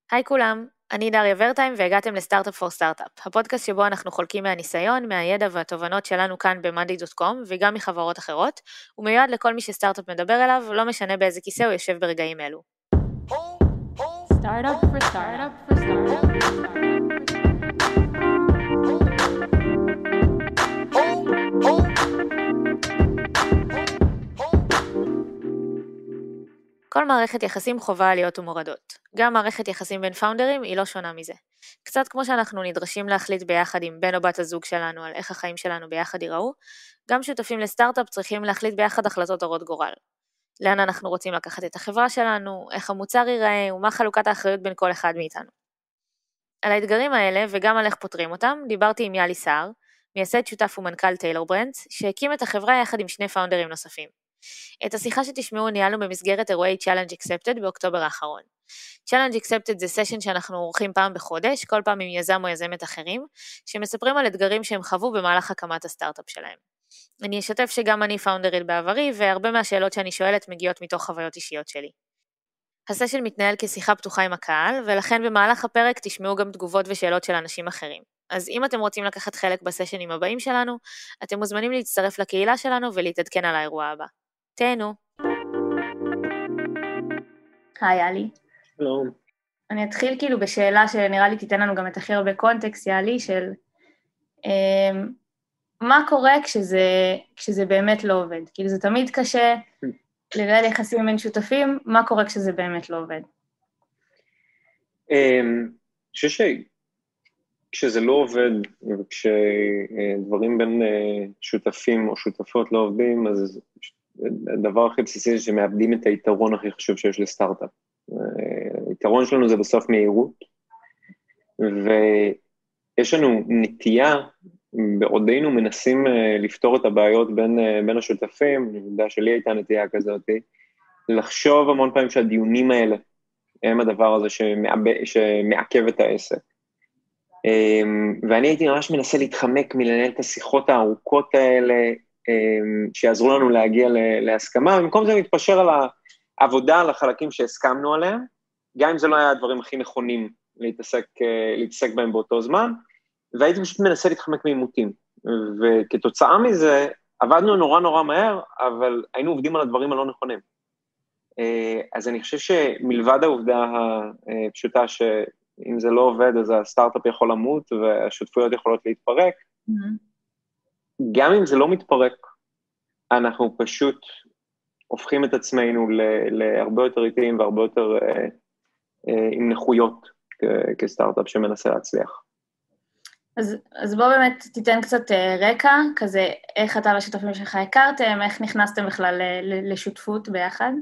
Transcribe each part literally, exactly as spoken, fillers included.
היי כולם, אני דריה ורטיים והגעתם לסטארט-אפ פור סטארט-אפ, הפודקאסט שבו אנחנו חולקים מהניסיון, מהידע והתובנות שלנו כאן ב-מאנדי דוט קום וגם מחברות אחרות, ומיועד לכל מי שסטארט-אפ מדבר אליו, לא משנה באיזה כיסא הוא יושב ברגעים אלו. Startup for startup for startup for כל מערכת יחסים חובה עליות ומורדות. גם מערכת יחסים בין פאונדרים היא לא שונה מזה. קצת כמו שאנחנו נדרשים להחליט ביחד עם בן או בת הזוג שלנו על איך החיים שלנו ביחד ייראו, גם שותפים לסטארט-אפ צריכים להחליט ביחד החלטות הרות גורל. לאן אנחנו רוצים לקחת את החברה שלנו, איך המוצר ייראה ומה חלוקת האחריות בין כל אחד מאיתנו. על האתגרים האלה וגם על איך פותרים אותם, דיברתי עם יאלי סער, מייסד שותף ומנכ"ל טיילור ברנדס, שהקים את החברה יחד עם שני פאונדרים נוספים. את השיחה שתשמעו ניהלנו במסגרת אירועי Challenge Accepted באוקטובר האחרון. Challenge Accepted זה סשן שאנחנו עורכים פעם בחודש, כל פעם עם יזם או יזמת אחרים, שמספרים על אתגרים שהם חוו במהלך הקמת הסטארט-אפ שלהם. אני אשתף שגם אני פאונדרית בעברי, והרבה מהשאלות שאני שואלת מגיעות מתוך חוויות אישיות שלי. הסשן מתנהל כשיחה פתוחה עם הקהל, ולכן במהלך הפרק תשמעו גם תגובות ושאלות של אנשים אחרים. אז אם אתם רוצים לקחת חלק בסשנים הבאים שלנו, אתם מוזמנים להצטרף לקהילה שלנו ולהתעדכן על האירוע הבא. תהנו. היי יאלי. שלום. אני אתחיל כאילו בשאלה שנראה לי תיתן לנו גם את הכי הרבה קונטקסט, יאלי, של אה, מה קורה כשזה, כשזה באמת לא עובד? כאילו זה תמיד קשה לנהל יחסים בין שותפים, מה קורה כשזה באמת לא עובד? אני חושב שכשזה לא עובד, וכשדברים בין שותפים או שותפות לא עובדים, אז הדבר הכי בסיסי זה שמאבדים את היתרון הכי חשוב שיש לסטארט-אפ. היתרון שלנו זה בסוף מהירות, ויש לנו נטייה, בעודנו מנסים לפתור את הבעיות בין, בין השותפים, אני יודע שלי הייתה נטייה כזאת, לחשוב המון פעמים שהדיונים האלה הם הדבר הזה שמעב, שמעכב את העסק. ואני הייתי ממש מנסה להתחמק מלנהל את השיחות הארוכות האלה, שיעזרו לנו להגיע להסכמה, ובמקום זה מתפשר על העבודה, על החלקים שהסכמנו עליהם, גם אם זה לא היה הדברים הכי נכונים להתעסק, להתעסק בהם באותו זמן, והייתי פשוט מנסה להתחמק מעימותים, וכתוצאה מזה עבדנו נורא נורא מהר, אבל היינו עובדים על הדברים הלא נכונים. אז אני חושב שמלבד העובדה הפשוטה שאם זה לא עובד, אז הסטארט-אפ יכול למות, והשותפויות יכולות להתפרק, mm-hmm. גם אם זה לא מתפרק, אנחנו פשוט הופכים את עצמנו להרבה יותר איטיים, והרבה יותר עם נכויות כסטארט-אפ שמנסה להצליח. אז, אז בוא באמת תיתן קצת רקע, כזה איך אתה והשותפים שלך הכרתם, איך נכנסתם בכלל לשותפות ביחד?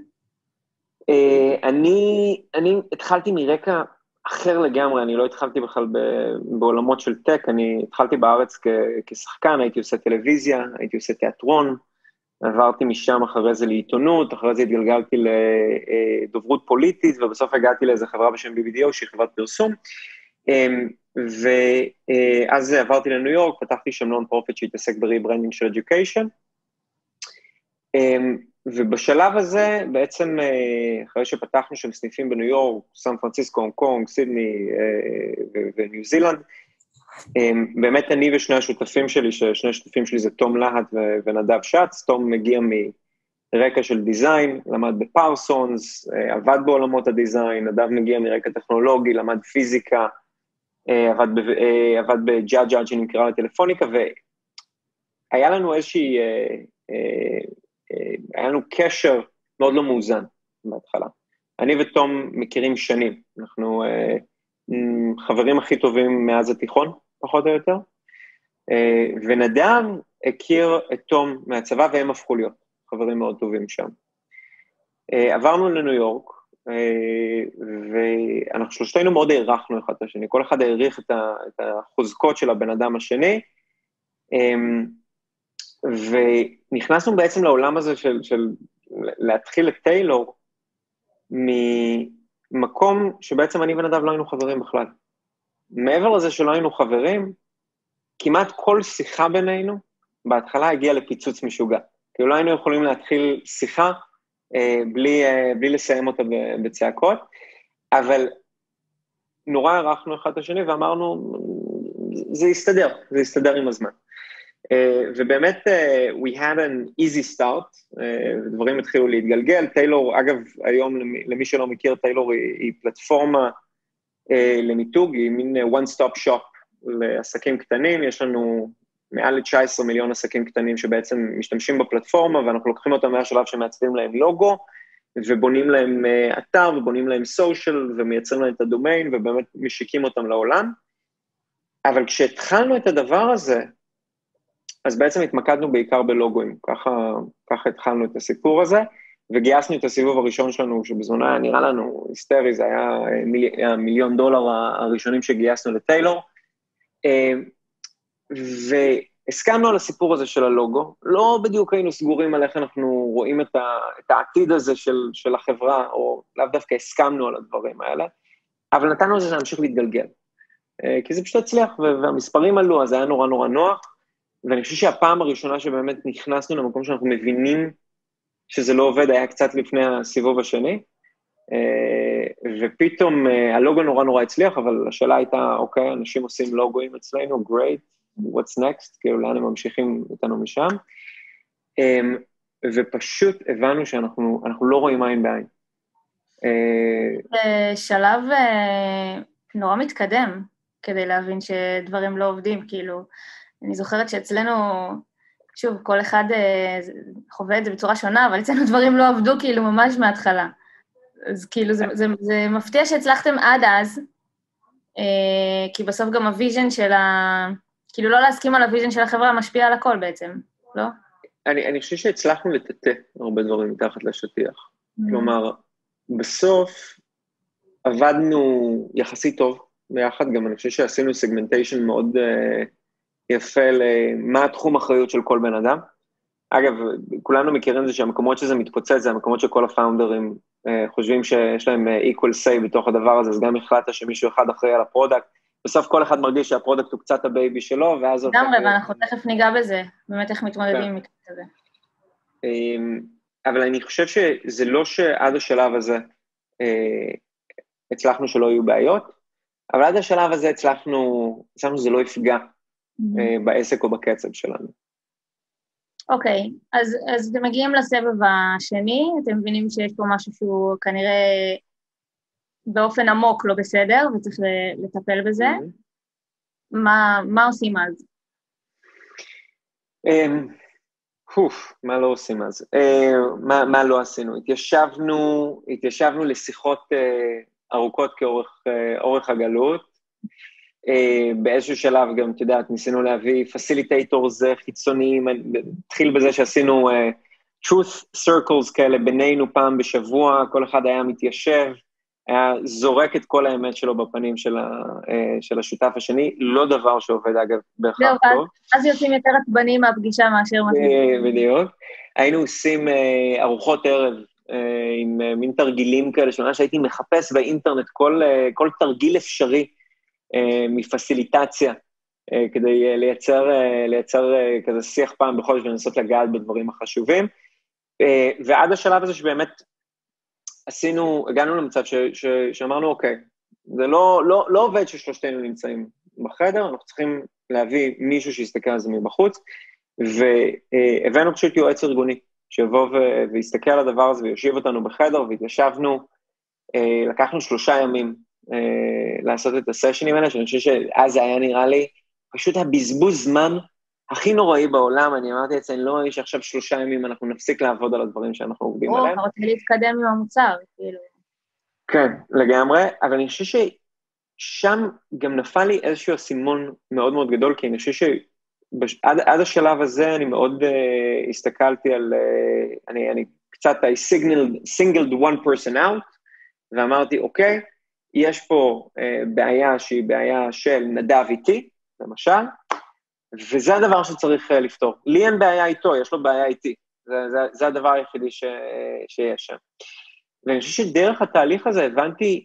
אני, אני התחלתי מרקע אחר לגמרי, אני לא התחלתי בכלל בעולמות של טק, אני התחלתי בארץ כשחקן, הייתי עושה טלוויזיה, הייתי עושה תיאטרון, עברתי משם אחרי זה לעיתונות, אחרי זה התגלגלתי לדוברות פוליטית, ובסוף הגעתי לאיזו חברה בשם בי בי די או, שהיא חברת פרסום, ואז עברתי לניו יורק, פתחתי שם נון פרופיט שהתעסק בריברנדינג של אדיוקיישן, ובשלב הזה, בעצם אחרי שפתחנו שם סניפים בניו יורק, סן פרנסיסקו, הונג קונג, סידני וניו זילנד, באמת אני ושני השותפים שלי, ששני השותפים שלי זה תום להט ונדב שץ, תום מגיע מרקע של דיזיין, למד בפארסונס, עבד בעולמות הדיזיין, נדב מגיע מרקע טכנולוגי, למד פיזיקה, עבד, עבד בג'אג' שנמכרה לטלפוניקה, והיה לנו איזושהי, היה לנו קשר מאוד לא מאוזן בהתחלה. אני ותום מכירים שנים, אנחנו חברים הכי טובים מאז התיכון, פחות או יותר, ונדב הכיר את תום מהצבא, והם הפכו להיות חברים מאוד טובים שם. עברנו לניו יורק, ואנחנו שלושתנו מאוד הערכנו אחד את השני, כל אחד העריך את החוזקות של הבן אדם השני, ונכנסנו בעצם לעולם הזה של, של להתחיל את טיילור, ממקום שבעצם אני ונדב לא היינו חברים בכלל. מעבר לזה שלא היינו חברים, כמעט כל שיחה בינינו, בהתחלה הגיעה לפיצוץ משוגע, כי לא היינו יכולים להתחיל שיחה, בלי, בלי לסיים אותה בצעקות, אבל נורא הערכנו אחד את השני, ואמרנו, זה יסתדר, זה יסתדר עם הזמן. Uh, ובאמת, uh, we had an easy start, uh, דברים התחילו להתגלגל, טיילור, אגב, היום למי, למי שלא מכיר, טיילור היא, היא פלטפורמה uh, למיתוג, היא מין one-stop shop לעסקים קטנים, יש לנו מעל ל-תשעה עשר מיליון עסקים קטנים שבעצם משתמשים בפלטפורמה, ואנחנו לוקחים אותם מהשלב שמעצבים להם לוגו, ובונים להם uh, אתר, ובונים להם סושיאל, ומייצרים להם את הדומיין, ובאמת משיקים אותם לעולם. אבל כשהתחלנו את הדבר הזה, אז בעצם התמקדנו בעיקר בלוגוים, ככה, ככה התחלנו את הסיפור הזה, וגייסנו את הסיבוב הראשון שלנו, שבזמנו היה נראה לנו היסטרי, זה היה מיל, המיליון דולר הראשונים שגייסנו לטיילור, והסכמנו על הסיפור הזה של הלוגו, לא בדיוק היינו סגורים על איך אנחנו רואים את, ה, את העתיד הזה של, של החברה, או לאו דווקא הסכמנו על הדברים האלה, אבל נתנו לזה להמשיך להתגלגל, כי זה פשוט הצליח, והמספרים עלו, אז זה היה נורא נורא נוח, ואני חושב שהפעם הראשונה שבאמת נכנסנו למקום שאנחנו מבינים שזה לא עובד, היה קצת לפני הסיבוב השני, ופתאום הלוגו נורא נורא הצליח, אבל השאלה הייתה, אוקיי, אנשים עושים לוגוים אצלנו, great, what's next, כאילו לאן הם ממשיכים איתנו משם, ופשוט הבנו שאנחנו אנחנו לא רואים עין בעין. שלב נורא מתקדם, כדי להבין שדברים לא עובדים, כאילו, אני זוכרת שאצלנו, שוב, כל אחד חווה את זה בצורה שונה, אבל אצלנו דברים לא עבדו כאילו ממש מההתחלה. אז כאילו זה, זה, זה מפתיע שהצלחתם עד אז, כי בסוף גם הוויז'ן של ה... כאילו לא להסכים על הוויז'ן של החברה משפיע על הכל בעצם, לא? אני, אני חושב שהצלחנו לטאטא הרבה דברים מתחת לשטיח. Mm-hmm. כלומר, בסוף עבדנו יחסית טוב ביחד, גם אני חושב שעשינו סגמנטיישן מאוד... Uh, יפה למה התחום אחריות של כל בן אדם. אגב, כולנו מכירים זה שהמקומות שזה מתפוצץ, זה המקומות שכל הפאונדרים אה, חושבים שיש להם equal say בתוך הדבר הזה, אז גם החלטת שמישהו אחד אחראי על הפרודקט, בסוף כל אחד מרגיש שהפרודקט הוא קצת הבייבי שלו, ואז... לגמרי, ואנחנו תכף ניגע בזה, באמת איך מתמודדים עם זה. אבל אני חושב שזה לא שעד השלב הזה אה, הצלחנו שלא יהיו בעיות, אבל עד השלב הזה הצלחנו, הצלחנו שזה לא יפגע, בעסק או בקצב שלנו. אוקיי, אז, אז אתם מגיעים לסבב השני, אתם מבינים שיש פה משהו שהוא כנראה באופן עמוק לא בסדר, וצריך לטפל בזה. מה, מה עושים אז? אוף, מה לא עושים אז? מה, מה לא עשינו? התיישבנו, התיישבנו לשיחות ארוכות כאורך אורך הגלות, באיזשהו שלב גם, אתה יודעת, ניסינו להביא פסיליטייטורס חיצוניים, התחיל בזה שעשינו truth circles כאלה בינינו פעם בשבוע, כל אחד היה מתיישב, היה זורק את כל האמת שלו בפנים של, ה, של השותף השני, לא דבר שעובד אגב בהכרח טוב. אז יוצאים יותר עצבנים מהפגישה מאשר מתאים. בדיוק. היינו עושים ארוחות ערב, עם מין תרגילים כאלה, שמונה שהייתי מחפש באינטרנט כל, כל תרגיל אפשרי, מפסיליטציה, כדי לייצר, לייצר כזה שיח פעם בחודש ולנסות לגעת בדברים החשובים, ועד השלב הזה שבאמת עשינו, הגענו למצב ש, ש, שאמרנו, אוקיי, זה לא, לא, לא עובד ששלושתנו נמצאים בחדר, אנחנו צריכים להביא מישהו שיסתכל על זה מבחוץ, והבאנו פשוט יועץ ארגוני, שיבוא ויסתכל על הדבר הזה ויושיב אותנו בחדר, והתיישבנו, לקחנו שלושה ימים, Uh, לעשות את הסשנים האלה, שאני חושב שאז זה היה נראה לי, פשוט הבזבוז זמן הכי נוראי בעולם, אני אמרתי את זה, אני לא רואה שעכשיו שלושה ימים אנחנו נפסיק לעבוד על הדברים שאנחנו עובדים או, עליהם. או, אתה רוצה להתקדם עם המוצר, כאילו. כן, לגמרי, אבל אני חושב ששם גם נפל לי איזשהו אסימון מאוד מאוד גדול, כי אני חושב שעד השלב הזה אני מאוד uh, הסתכלתי על, uh, אני, אני קצת, I signaled, singled one person out, ואמרתי, אוקיי, יש פה אה, בעיה שהיא בעיה של נדב איתי, למשל, וזה הדבר שצריך אה, לפתור. לי אין בעיה איתו, יש לו בעיה איתי. זה, זה, זה הדבר היחידי ש, אה, שיש שם. ואני חושב שדרך התהליך הזה הבנתי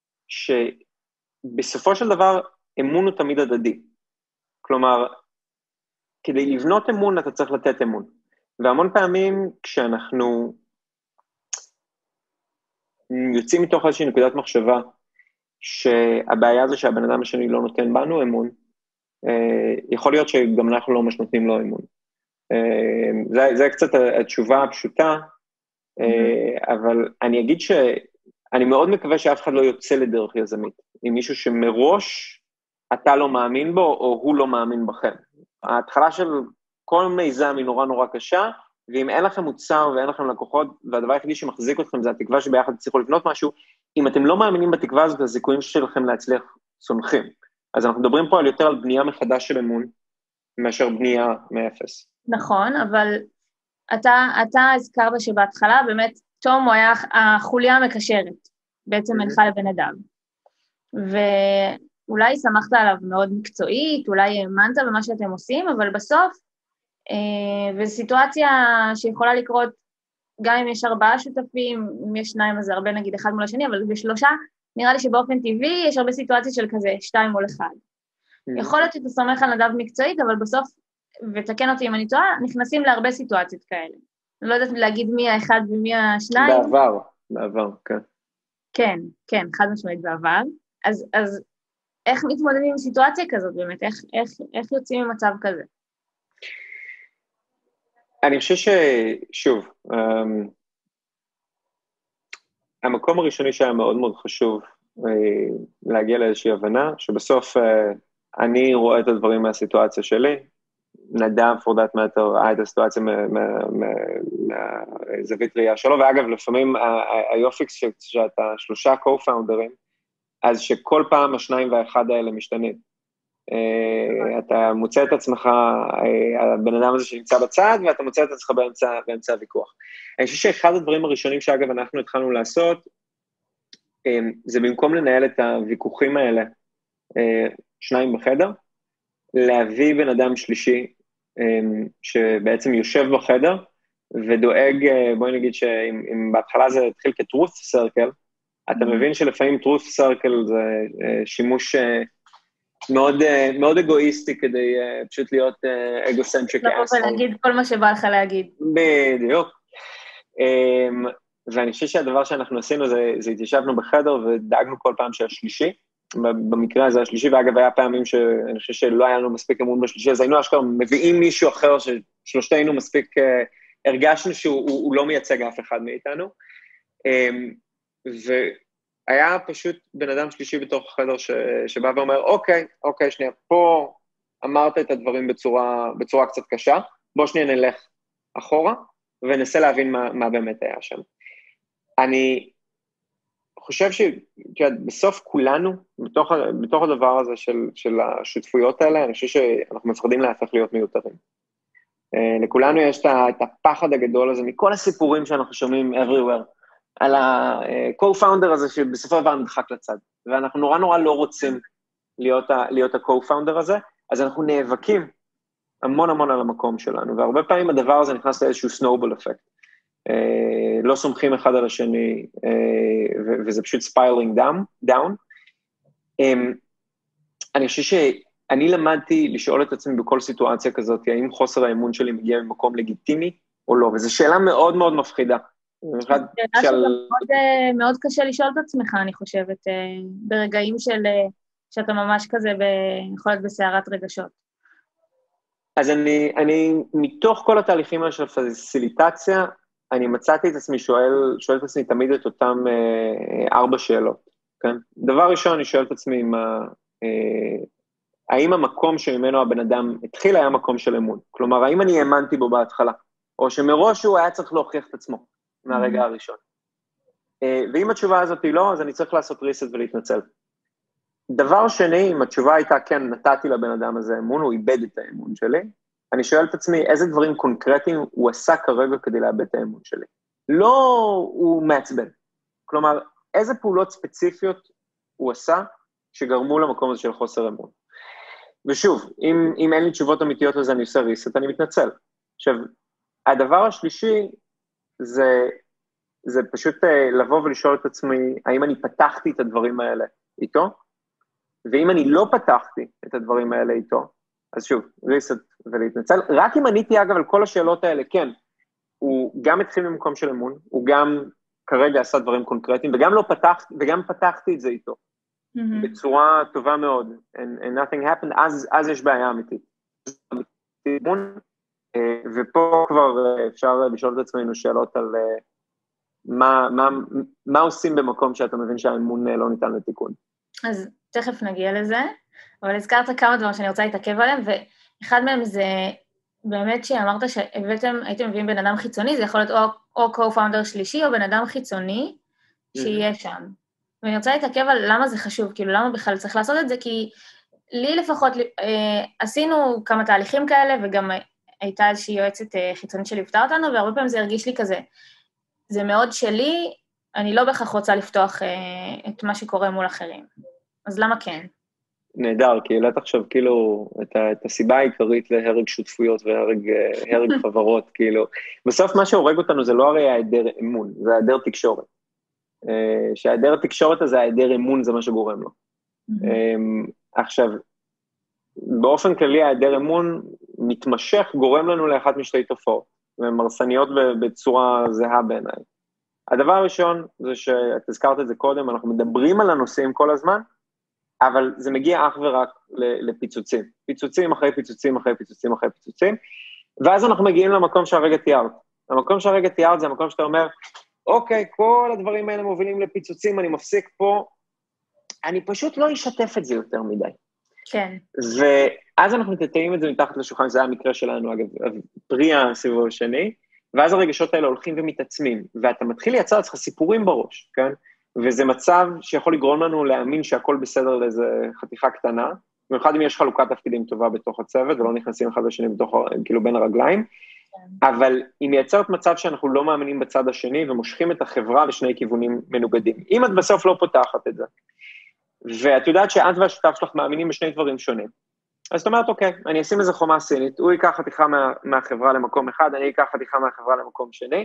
שבסופו של דבר אמון הוא תמיד הדדי. כלומר, כדי לבנות אמון אתה צריך לתת אמון. והמון פעמים כשאנחנו יוצאים מתוך איזושהי נקודת מחשבה, שהבעיה זה שהבן אדם השני לא נותן בנו אמון, יכול להיות שגם אנחנו לא ממש נותנים לו אמון. זה, זה קצת התשובה הפשוטה, אבל אני אגיד שאני מאוד מקווה שאף אחד לא יוצא לדרך יזמית, עם מישהו שמראש אתה לא מאמין בו, או הוא לא מאמין בכם. ההתחלה של כל מיזם היא נורא נורא קשה, ואם אין לכם מוצר ואין לכם לקוחות, והדבר היחידי שמחזיק אתכם זה התקווה שביחד תצליחו לבנות משהו, אם אתם לא מאמינים בתקווה הזאת, הזיכויים שלכם להצליח צונחים. אז אנחנו מדברים פה על יותר על בנייה מחדש של אמון, מאשר בנייה מאפס. נכון, אבל אתה, אתה הזכרת שבהתחלה באמת תום הוא היה החוליה המקשרת, בעצם בינך לבן אדם. ואולי שמחת עליו מאוד מקצועית, אולי האמנת במה שאתם עושים, אבל בסוף, אה, וזו סיטואציה שיכולה לקרות, גם אם יש ארבעה שותפים, אם יש שניים אז זה הרבה נגיד אחד מול השני, אבל בשלושה, נראה לי שבאופן טבעי יש הרבה סיטואציות של כזה, שתיים מול אחד. יכול להיות שאתה סומך על נדב מקצועית, אבל בסוף, ותקן אותי אם אני טועה, נכנסים להרבה סיטואציות כאלה. אני לא יודעת להגיד מי האחד ומי השניים. בעבר, בעבר, כן. כן, כן, חד משמעית בעבר. אז, אז איך מתמודדים עם סיטואציה כזאת באמת? איך, איך, איך יוצאים ממצב כזה? אני חושב ששוב, um, המקום הראשוני שהיה מאוד מאוד חשוב uh, להגיע לאיזושהי הבנה, שבסוף uh, אני רואה את הדברים מהסיטואציה שלי, נדב for that matter, ראה את הסיטואציה מהזווית ראייה שלו, ואגב, לפעמים היופי שאתה שלושה co-founders, אז שכל פעם השניים והאחד האלה משתנים. אתה מוצא את עצמך, הבן אדם הזה שנמצא בצד, ואתה מוצא את עצמך באמצע, באמצע הוויכוח. אני חושב שאחד הדברים הראשונים שאגב אנחנו התחלנו לעשות, זה במקום לנהל את הוויכוחים האלה, שניים בחדר, להביא בן אדם שלישי, שבעצם יושב בחדר, ודואג, בואי נגיד שאם בהתחלה זה התחיל כ-truth circle, אתה מבין שלפעמים truth circle זה שימוש מאוד, מאוד אגואיסטי, כדי פשוט להיות אגוסנטריק. לבוא ולהגיד כל מה שבא לך להגיד. בדיוק. ואני חושב שהדבר שאנחנו עשינו, זה, זה התיישבנו בחדר, ודאגנו כל פעם שהשלישי, במקרה הזה השלישי, ואגב היה פעמים שאני חושב שלא היה לנו מספיק אמון בשלישי, אז היינו אשכרה מביאים מישהו אחר, ששלושתנו מספיק הרגשנו שהוא לא מייצג אף אחד מאיתנו, והיה פשוט בן אדם שלישי בתוך החדר שבא ואומר, אוקיי, אוקיי, שנייה, פה אמרת את הדברים בצורה, בצורה קצת קשה, בוא שנייה נלך אחורה, וננסה להבין מה, מה באמת היה שם. אני חושב שבסוף כולנו, בתוך, בתוך הדבר הזה של, של השותפויות האלה, אני חושב שאנחנו מפחדים להפך להיות מיותרים. לכולנו יש את הפחד הגדול הזה, מכל הסיפורים שאנחנו שומעים everywhere, על ה-co-founder הזה שבסופו דבר נדחק לצד, ואנחנו נורא נורא לא רוצים להיות, להיות ה-co-founder הזה, אז אנחנו נאבקים המון המון על המקום שלנו, והרבה פעמים הדבר הזה נכנס לאיזשהו snowball effect. Uh, לא סומכים אחד על השני, uh, ו- וזה פשוט spiraling down. down. Um, אני חושב שאני למדתי לשאול את עצמי בכל סיטואציה כזאת, האם חוסר האמון שלי מגיע ממקום לגיטימי או לא, וזו שאלה מאוד מאוד מפחידה. שאלה של... שזה מאוד, מאוד קשה לשאול את עצמך, אני חושבת, ברגעים של, שאתה ממש כזה יכול להיות בסערת רגשות. אז אני, אני, מתוך כל התהליכים האלה של הפסיליטציה, אני מצאתי את עצמי שואל, שואל את עצמי תמיד את אותם אה, ארבע שאלות, כן? דבר ראשון, אני שואל את עצמי, מה, אה, האם המקום שממנו הבן אדם התחיל היה מקום של אמון? כלומר, האם אני האמנתי בו בהתחלה? או שמראש הוא היה צריך להוכיח את עצמו מהרגע הראשון. אה, ואם התשובה הזאת היא לא, אז אני צריך לעשות ריסט ולהתנצל. דבר שני, אם התשובה הייתה, כן, נתתי לבן אדם הזה אמון, הוא איבד את האמון שלי, אני שואל את עצמי, איזה דברים קונקרטיים הוא עשה כרגע כדי לאבד את האמון שלי? לא הוא מעצבן. כלומר, איזה פעולות ספציפיות הוא עשה שגרמו למקום הזה של חוסר אמון? ושוב, אם, אם אין לי תשובות אמיתיות לזה, אני עושה ריסט, אני מתנצל. עכשיו, הדבר השלישי זה, זה פשוט לבוא ולשאול את עצמי, האם אני פתחתי את הדברים האלה איתו? ואם אני לא פתחתי את הדברים האלה איתו, אז שוב, ריסט ולהתנצל. רק אם עניתי אגב על כל השאלות האלה, כן, הוא גם התחיל ממקום של אמון, הוא גם כרגע עשה דברים קונקרטיים, וגם לא פתחתי, וגם פתחתי את זה איתו. בצורה טובה מאוד, and, and nothing happened, אז, אז יש בעיה אמיתית. ופה כבר אפשר לשאול את עצמנו שאלות על מה, מה, מה עושים במקום שאתה מבין שהאמון לא ניתן לתיקון. אז תכף נגיע לזה, אבל הזכרת כמה דברים שאני רוצה להתעכב עליהם, ואחד מהם זה באמת שאמרת שהבאתם, הייתם מביאים בן אדם חיצוני, זה יכול להיות או, או co-founder שלישי, או בן אדם חיצוני שיהיה שם. ואני רוצה להתעכב על למה זה חשוב, כאילו למה בכלל צריך לעשות את זה, כי לי לפחות, אה, עשינו כמה תהליכים כאלה, וגם הייתה איזושהי יועצת אה, חיצונית שליוותה אותנו, והרבה פעמים זה הרגיש לי כזה, זה מאוד שלי, אני לא בהכרח רוצה לפתוח אה, את מה שקורה מול אחרים. אז למה כן? נהדר, כי העלית עכשיו כאילו את, ה, את הסיבה העיקרית להרג שותפויות והרג חברות, כאילו, בסוף מה שהורג אותנו זה לא הרי העדר אמון, זה העדר תקשורת. שהעדר התקשורת הזה, העדר אמון זה מה שגורם לו. עכשיו, באופן כללי העדר אמון מתמשך, גורם לנו לאחת משתי תופעות, ומרסניות בצורה זהה בעיניי. הדבר הראשון זה שאת הזכרת את זה קודם, אנחנו מדברים על הנושאים כל הזמן, אבל זה מגיע אך ורק לפיצוצים. פיצוצים אחרי פיצוצים אחרי פיצוצים אחרי פיצוצים, ואז אנחנו מגיעים למקום שהרגע תיארת. המקום שהרגע תיארת זה המקום שאתה אומר, אוקיי, כל הדברים האלה מובילים לפיצוצים, אני מפסיק פה, אני פשוט לא אשתף את זה יותר מדי. כן. ואז אנחנו תתאים את זה מתחת לשולחן, זה היה המקרה שלנו, אגב, פרי הסיבוב השני, ואז הרגשות האלה הולכים ומתעצמים, ואתה מתחיל לייצר לעצמך סיפורים בראש, כן? וזה מצב שיכול לגרום לנו להאמין שהכל בסדר לאיזו חתיכה קטנה, במיוחד אם יש חלוקת תפקידים טובה בתוך הצוות, ולא נכנסים אחד לשני בתוך, כאילו בין הרגליים, אבל היא מייצרת מצב שאנחנו לא מאמינים בצד השני, ומושכים את החברה לשני כיוונים מנוגדים. אם את בסוף לא פותחת את זה, ואת יודעת שאת והשותף שלך מאמינים בשני דברים שונים, אז זאת אומרת, אוקיי, אני אשים איזה חומה סינית, הוא ייקח חתיכה מה, מהחברה למקום אחד, אני אקח חתיכה מהחברה למקום שני,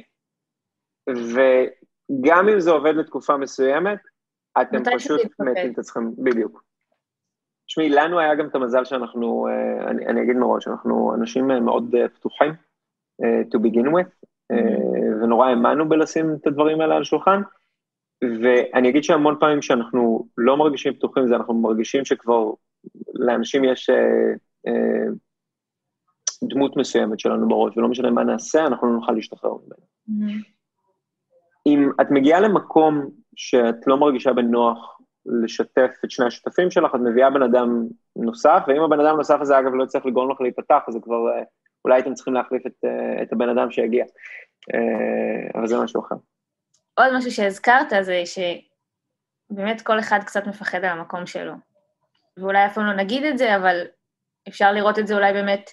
וגם אם זה עובד לתקופה מסוימת, אתם פשוט מתים את עצמכם, בדיוק. תשמעי, לנו היה גם את המזל שאנחנו, אני, אני אגיד מראש, אנחנו אנשים מאוד פתוחים, to begin with, ונורא האמנו בלשים את הדברים האלה על השולחן, ואני אגיד שהמון פעמים שאנחנו לא מרגישים פתוחים, זה אנחנו מרגישים שכבר לאנשים יש דמות מסוימת שלנו בראש, ולא משנה מה נעשה, אנחנו לא נוכל להשתחרר ממנו. אם את מגיעה למקום שאת לא מרגישה בנוח לשתף את שני השותפים שלך, את מביאה בן אדם נוסף, ואם הבן אדם נוסף הזה אגב לא צריך לגרום לך להיפתח, אז זה כבר, אולי הייתם צריכים להחליף את, את הבן אדם שהגיע, אבל זה משהו אחר. עוד משהו שהזכרת זה שבאמת כל אחד קצת מפחד על המקום שלו, ואולי אף פעם לא נגיד את זה, אבל אפשר לראות את זה אולי באמת,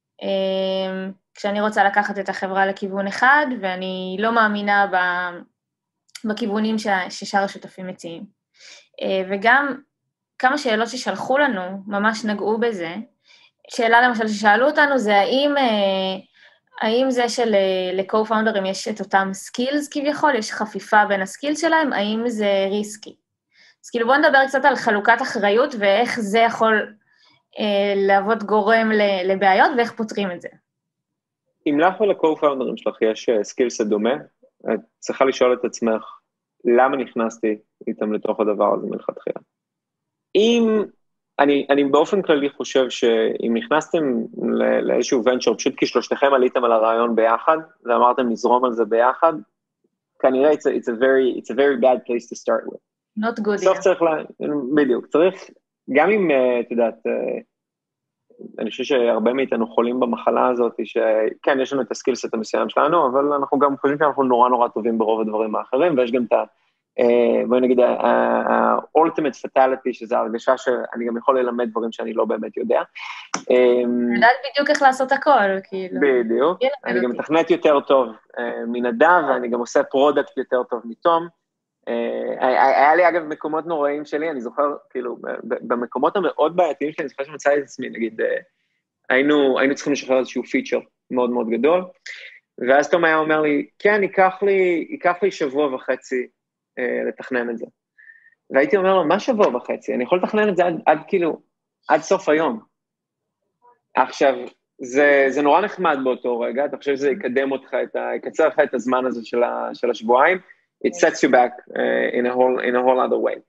כשאני רוצה לקחת את החברה לכיוון אחד, ואני לא מאמינה בכיוונים ששאר השותפים מציעים. וגם כמה שאלות ששלחו לנו ממש נגעו בזה, שאלה למשל ששאלו אותנו זה האם, האם זה של-co-founders יש את אותם skills כביכול, יש חפיפה בין הסקילס שלהם, האם זה ריסקי? אז כאילו בואו נדבר קצת על חלוקת אחריות ואיך זה יכול לעבוד גורם לבעיות ואיך פותרים את זה. אם לך ול-co-founders שלך יש סקילס דומה, את צריכה לשאול את עצמך, למה נכנסתי איתם לתוך הדבר הזה מלכתחילה? אם, אני, אני באופן כללי חושב שאם נכנסתם לאיזשהו ונצ'ר, פשוט כי שלושתכם עליתם על הרעיון ביחד, ואמרתם נזרום על זה ביחד, כנראה it's a, it's a very, it's a very bad place to start with. Not good. בסוף צריך, לה, בדיוק, צריך, גם אם, את יודעת, אני חושב שהרבה מאיתנו חולים במחלה הזאת, שכן, יש לנו את הסקילסט המסוים שלנו, אבל אנחנו גם חושבים שאנחנו נורא נורא טובים ברוב הדברים האחרים, ויש גם את ה... בואי נגיד, ה-ultimate fatality, שזה הרגשה שאני גם יכול ללמד דברים שאני לא באמת יודע. אני יודעת בדיוק איך לעשות הכל, כאילו. בדיוק. אני גם מתכנת יותר טוב מנדב, ואני גם עושה פרודקט יותר טוב מתום. היה לי אגב מקומות נוראים שלי, אני זוכר, כאילו, במקומות המאוד בעייתיים שלי, אני זוכר שמצאתי את עצמי, נגיד, היינו, היינו צריכים לשחרר איזשהו פיצ'ר מאוד מאוד גדול, ואז תום היה אומר לי, כן, ייקח לי, ייקח לי שבוע וחצי לתכנן את זה. והייתי אומר לו, מה שבוע וחצי? אני יכול לתכנן את זה עד, עד כאילו, עד סוף היום. עכשיו, זה, זה נורא נחמד באותו רגע, אתה חושב שזה יקדם אותך, את ה, יקצר לך את הזמן הזה של, ה, של השבועיים, it sets you back uh, in a whole, in a whole other way.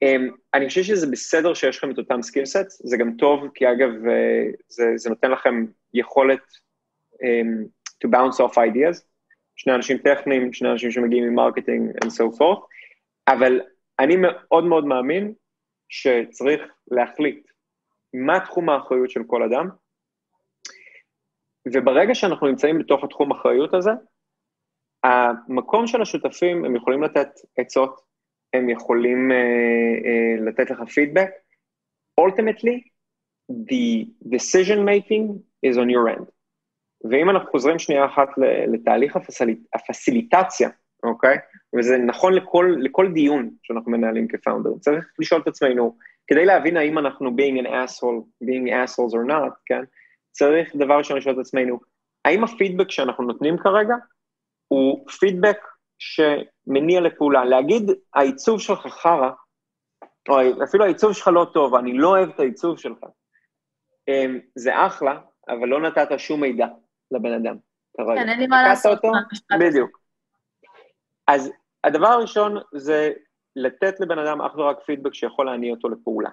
אני חושב שזה בסדר שיש לכם את אותם סקיל סטס, זה גם טוב, כי אגב, זה, זה נותן לכם יכולת um, to bounce off ideas, שני אנשים טכניים, שני אנשים שמגיעים ממרקטינג and so forth, אבל אני מאוד מאוד מאמין שצריך להחליט מה תחום האחריות של כל אדם, וברגע שאנחנו נמצאים בתוך התחום האחריות הזה, המקום של השותפים, הם יכולים לתת עצות, הם יכולים uh, uh, לתת לך פידבק, ultimately, the decision making is on your end. ואם אנחנו חוזרים שנייה אחת לתהליך הפסיליט, הפסיליטציה, אוקיי? וזה נכון לכל, לכל דיון שאנחנו מנהלים כפאונדר, צריך לשאול את עצמנו, כדי להבין האם אנחנו being an asshole, being assholes or not, כן? צריך דבר ראשון לשאול את עצמנו, האם הפידבק שאנחנו נותנים כרגע, הוא פידבק שמניע לפעולה, להגיד, העיצוב שלך חרה, או אפילו העיצוב שלך לא טוב, אני לא אוהב את העיצוב שלך, זה אחלה, אבל לא נתת שום מידע לבן אדם. כן, אין לי מה לעשות. בדיוק. אז הדבר הראשון זה לתת לבן אדם אך ורק פידבק שיכול להניע אותו לפעולה.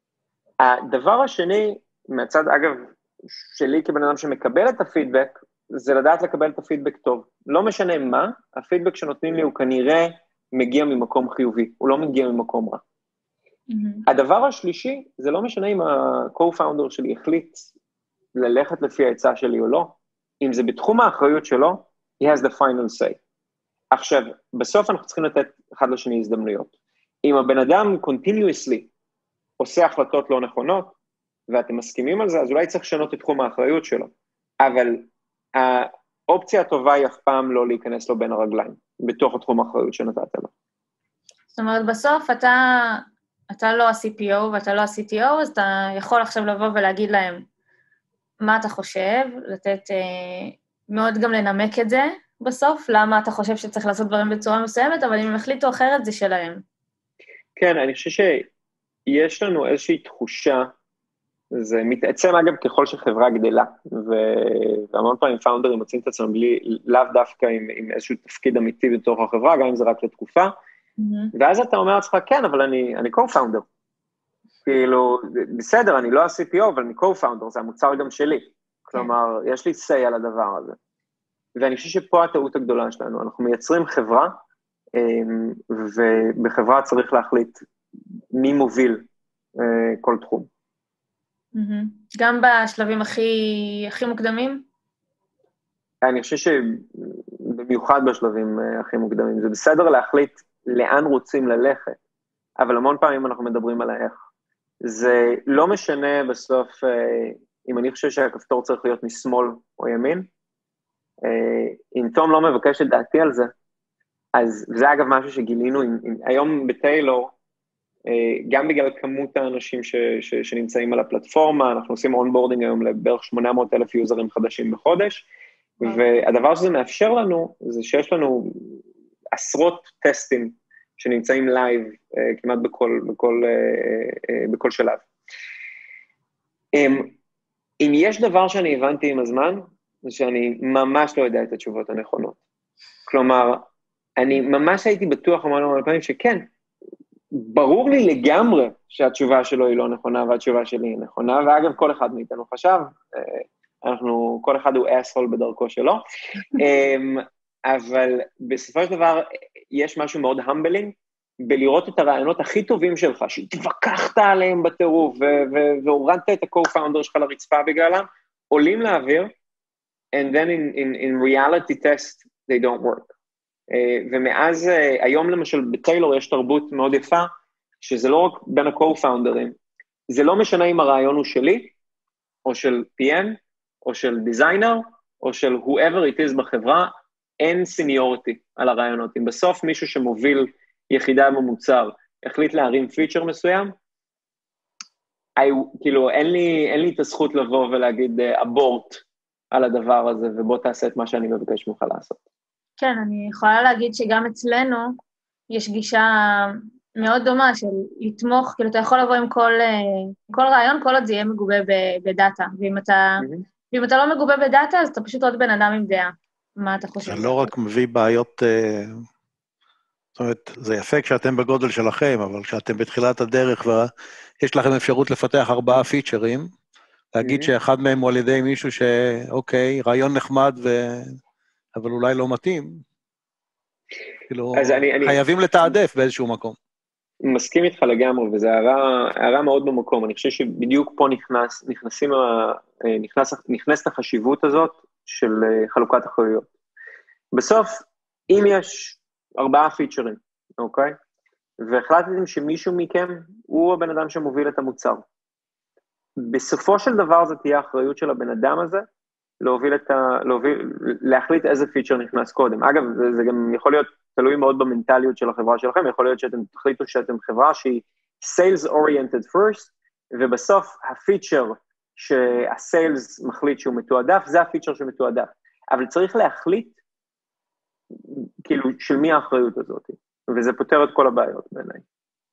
הדבר השני, מהצד אגב שלי כבן אדם שמקבל את הפידבק, זה לדעת לקבל את הפידבק טוב. לא משנה מה, הפידבק שנותנים לי הוא כנראה מגיע ממקום חיובי, הוא לא מגיע ממקום רע. הדבר השלישי, זה לא משנה אם ה-co-founder שלי החליט ללכת לפי העצה שלי או לא, אם זה בתחום האחריות שלו, he has the final say. עכשיו, בסוף אנחנו צריכים לתת אחד לשני הזדמנויות. אם הבן אדם continuously עושה החלטות לא נכונות, ואתם מסכימים על זה, אז אולי צריך לשנות את תחום האחריות שלו. אבל האופציה הטובה היא אף פעם לא להיכנס לו בין הרגליים, בתוך התחום האחריות שנתת לו. זאת אומרת, בסוף אתה, אתה לא ה-סי פי או ואתה לא ה-סי טי או, אז אתה יכול עכשיו לבוא ולהגיד להם מה אתה חושב, לתת, אה, מאוד גם לנמק את זה בסוף, למה אתה חושב שצריך לעשות דברים בצורה מסוימת, אבל אם הם החליטו אחרת זה שלהם. כן, אני חושב שיש לנו איזושהי תחושה, זה מתעצם אגב ככל שחברה גדלה, והמון פעמים פאונדרים מוצאים את עצמם בלי, לאו דווקא עם, עם איזשהו תפקיד אמיתי בתוך החברה, גם אם זה רק לתקופה, mm-hmm. ואז אתה אומר לעצמך, כן, אבל אני, אני co-founder. כאילו, בסדר, אני לא ה-סי פי או, אבל אני co-founder, זה המוצר גם שלי. כלומר, יש לי say על הדבר הזה. ואני חושב שפה הטעות הגדולה שלנו, אנחנו מייצרים חברה, ובחברה צריך להחליט מי מוביל כל תחום. גם בשלבים הכי, הכי מוקדמים? אני חושב שבמיוחד בשלבים הכי מוקדמים, זה בסדר להחליט לאן רוצים ללכת, אבל המון פעמים אנחנו מדברים על האיך. זה לא משנה בסוף, אם אני חושב שהכפתור צריך להיות משמאל או ימין, אם תום לא מבקש את דעתי על זה, אז זה אגב משהו שגילינו, היום בטיילור, גם בגלל כמות האנשים ש, ש, שנמצאים על הפלטפורמה, אנחנו עושים אונבורדינג היום לבערך שמונה מאות אלף יוזרים חדשים בחודש, והדבר שזה מאפשר לנו, זה שיש לנו עשרות טסטים שנמצאים לייב כמעט בכל, בכל, בכל שלב. אם יש דבר שאני הבנתי עם הזמן, זה שאני ממש לא יודע את התשובות הנכונות. כלומר, אני ממש הייתי בטוח המון המון פעמים שכן, ברור לי לגמרי שהתשובה שלו היא לא נכונה, והתשובה שלי היא נכונה, ואגב, כל אחד מאיתנו חשב, אנחנו, כל אחד הוא asshole בדרכו שלו, אבל בסופו של דבר, יש משהו מאוד humbling, בלראות את הרעיונות הכי טובים שלך, שהתווכחת עליהם בטירוף, והורדת את ה-co-founder שלך לרצפה בגללם, עולים לאוויר, and then in, in, in reality test, they don't work. Uh, ומאז, uh, היום למשל בטיילור יש תרבות מאוד יפה, שזה לא רק בין ה-co-founders, זה לא משנה אם הרעיון הוא שלי, או של פי אם, או של דיזיינר, או של whoever it is בחברה, אין סניוריטי על הרעיונות. אם בסוף מישהו שמוביל יחידה במוצר, החליט להרים פיצ'ר מסוים, I, כאילו אין לי, אין לי את הזכות לבוא ולהגיד אבורט על הדבר הזה, ובוא תעשה את מה שאני מבקש ממך לעשות. כן, אני יכולה להגיד שגם אצלנו יש גישה מאוד דומה של לתמוך, כאילו אתה יכול לבוא עם כל, כל רעיון, כל עוד זה יהיה מגובה בדאטה, ואם אתה, mm-hmm. ואם אתה לא מגובה בדאטה, אז אתה פשוט עוד בן אדם עם דעה. מה אתה חושב? זה לא רק מביא בעיות, זאת זאת אומרת, זה יפה כשאתם בגודל שלכם, אבל כשאתם בתחילת הדרך ויש לכם אפשרות לפתח ארבעה פיצ'רים, להגיד שאחד מהם הוא על ידי מישהו שאוקיי, רעיון נחמד, ו... אבל אולי לא מתאים, כאילו, אני, חייבים אני... לתעדף באיזשהו מקום. מסכים איתך לגמרי, וזו הערה, הערה מאוד במקום. אני חושב שבדיוק פה נכנס, נכנסים, נכנס, נכנס את החשיבות הזאת של חלוקת אחריות. בסוף, אם יש ארבעה פיצ'רים, אוקיי? והחלטתם שמישהו מכם הוא הבן אדם שמוביל את המוצר. בסופו של דבר זה תהיה האחריות של הבן אדם הזה, להוביל את ה... להוביל, להחליט איזה פיצ'ר נכנס קודם. אגב, זה, זה גם יכול להיות תלוי מאוד במנטליות של החברה שלכם, יכול להיות שאתם תחליטו שאתם חברה שהיא sales oriented first, ובסוף הפיצ'ר שהסיילס מחליט שהוא מתועדף, זה הפיצ'ר שמתועדף. אבל צריך להחליט, כאילו, של מי האחריות הזאת, וזה פותר את כל הבעיות בעיניי.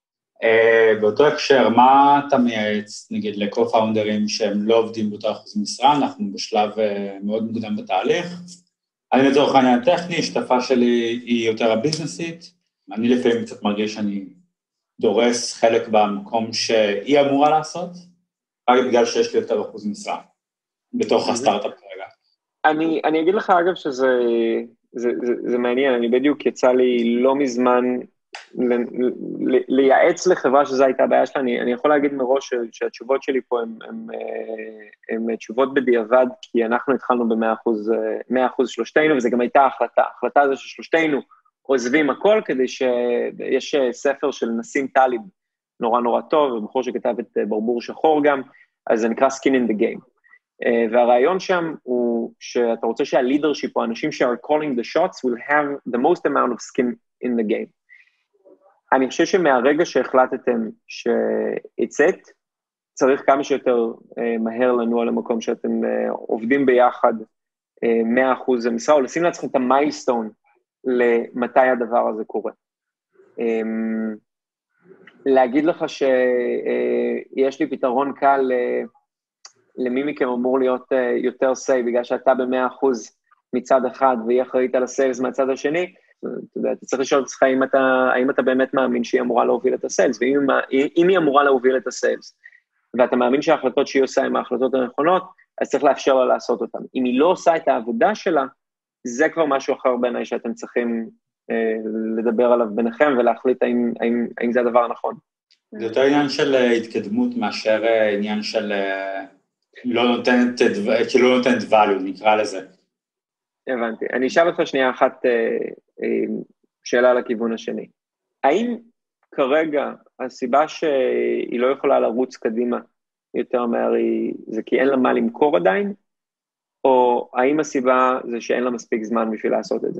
באותו הקשר, מה אתה מייעץ, נגיד, לקו-פאונדרים שהם לא עובדים באותו אחוז משרה, אנחנו בשלב מאוד מוקדם בתהליך, אני לצורך העניין טכני, שותפה שלי היא יותר הביזנסית, אני לפעמים קצת מרגיש שאני דורס חלק במקום שהיא אמורה לעשות, רק בגלל שיש לי יותר אחוז משרה, בתוך הסטארט-אפ כרגע. אני, אני אגיד לך אגב שזה זה, זה, זה מעניין, אני בדיוק יצא לי לא מזמן ל, ל, לייעץ לחברה שזו הייתה בעיה שלה, אני, אני יכול להגיד מראש שהתשובות שלי פה הן, הן, הן תשובות בדיעבד, כי אנחנו התחלנו ב-מאה אחוז, מאה אחוז שלושתנו, וזה גם הייתה החלטה, החלטה הזו ששלושתנו עוזבים הכל, כדי שיש ספר של נסים טליב, נורא נורא טוב, ובחור שכתב את ברבור שחור גם, אז זה נקרא skin in the game. Uh, והרעיון שם הוא שאתה רוצה שהלידרשיפ או האנשים ש-are calling the shots will have the most amount of skin in the game. אני חושב שמהרגע שהחלטתם ש-it's it, צריך כמה שיותר uh, מהר לנוע למקום שאתם uh, עובדים ביחד uh, מאה אחוז המשרה, או לשים לעצמכם את המיילסטון למתי הדבר הזה קורה. Um, להגיד לך שיש uh, לי פתרון קל uh, למי מכם אמור להיות uh, יותר סי, בגלל שאתה ב-מאה אחוז מצד אחד, והיא אחראית על הסיילס מהצד השני, אתה יודע, אתה צריך לשאול אותך האם אתה, האם אתה באמת מאמין שהיא אמורה להוביל את הסיילס, ואם אם היא אמורה להוביל את הסיילס, ואתה מאמין שההחלטות שהיא עושה עם ההחלטות הנכונות, אז צריך לאפשר לה לעשות אותן. אם היא לא עושה את העבודה שלה, זה כבר משהו אחר בעיניי שאתם צריכים אה, לדבר עליו ביניכם, ולהחליט האם, האם, האם זה הדבר הנכון. זה יותר עניין של התקדמות מאשר עניין של לא נותנת, כאילו לא נותנת value, נקרא לזה. הבנתי. אני אשאל אותך שנייה אחת שאלה לכיוון השני. האם כרגע הסיבה שהיא לא יכולה לרוץ קדימה יותר מהר זה כי אין לה מה למכור עדיין, או האם הסיבה זה שאין לה מספיק זמן בשביל לעשות את זה?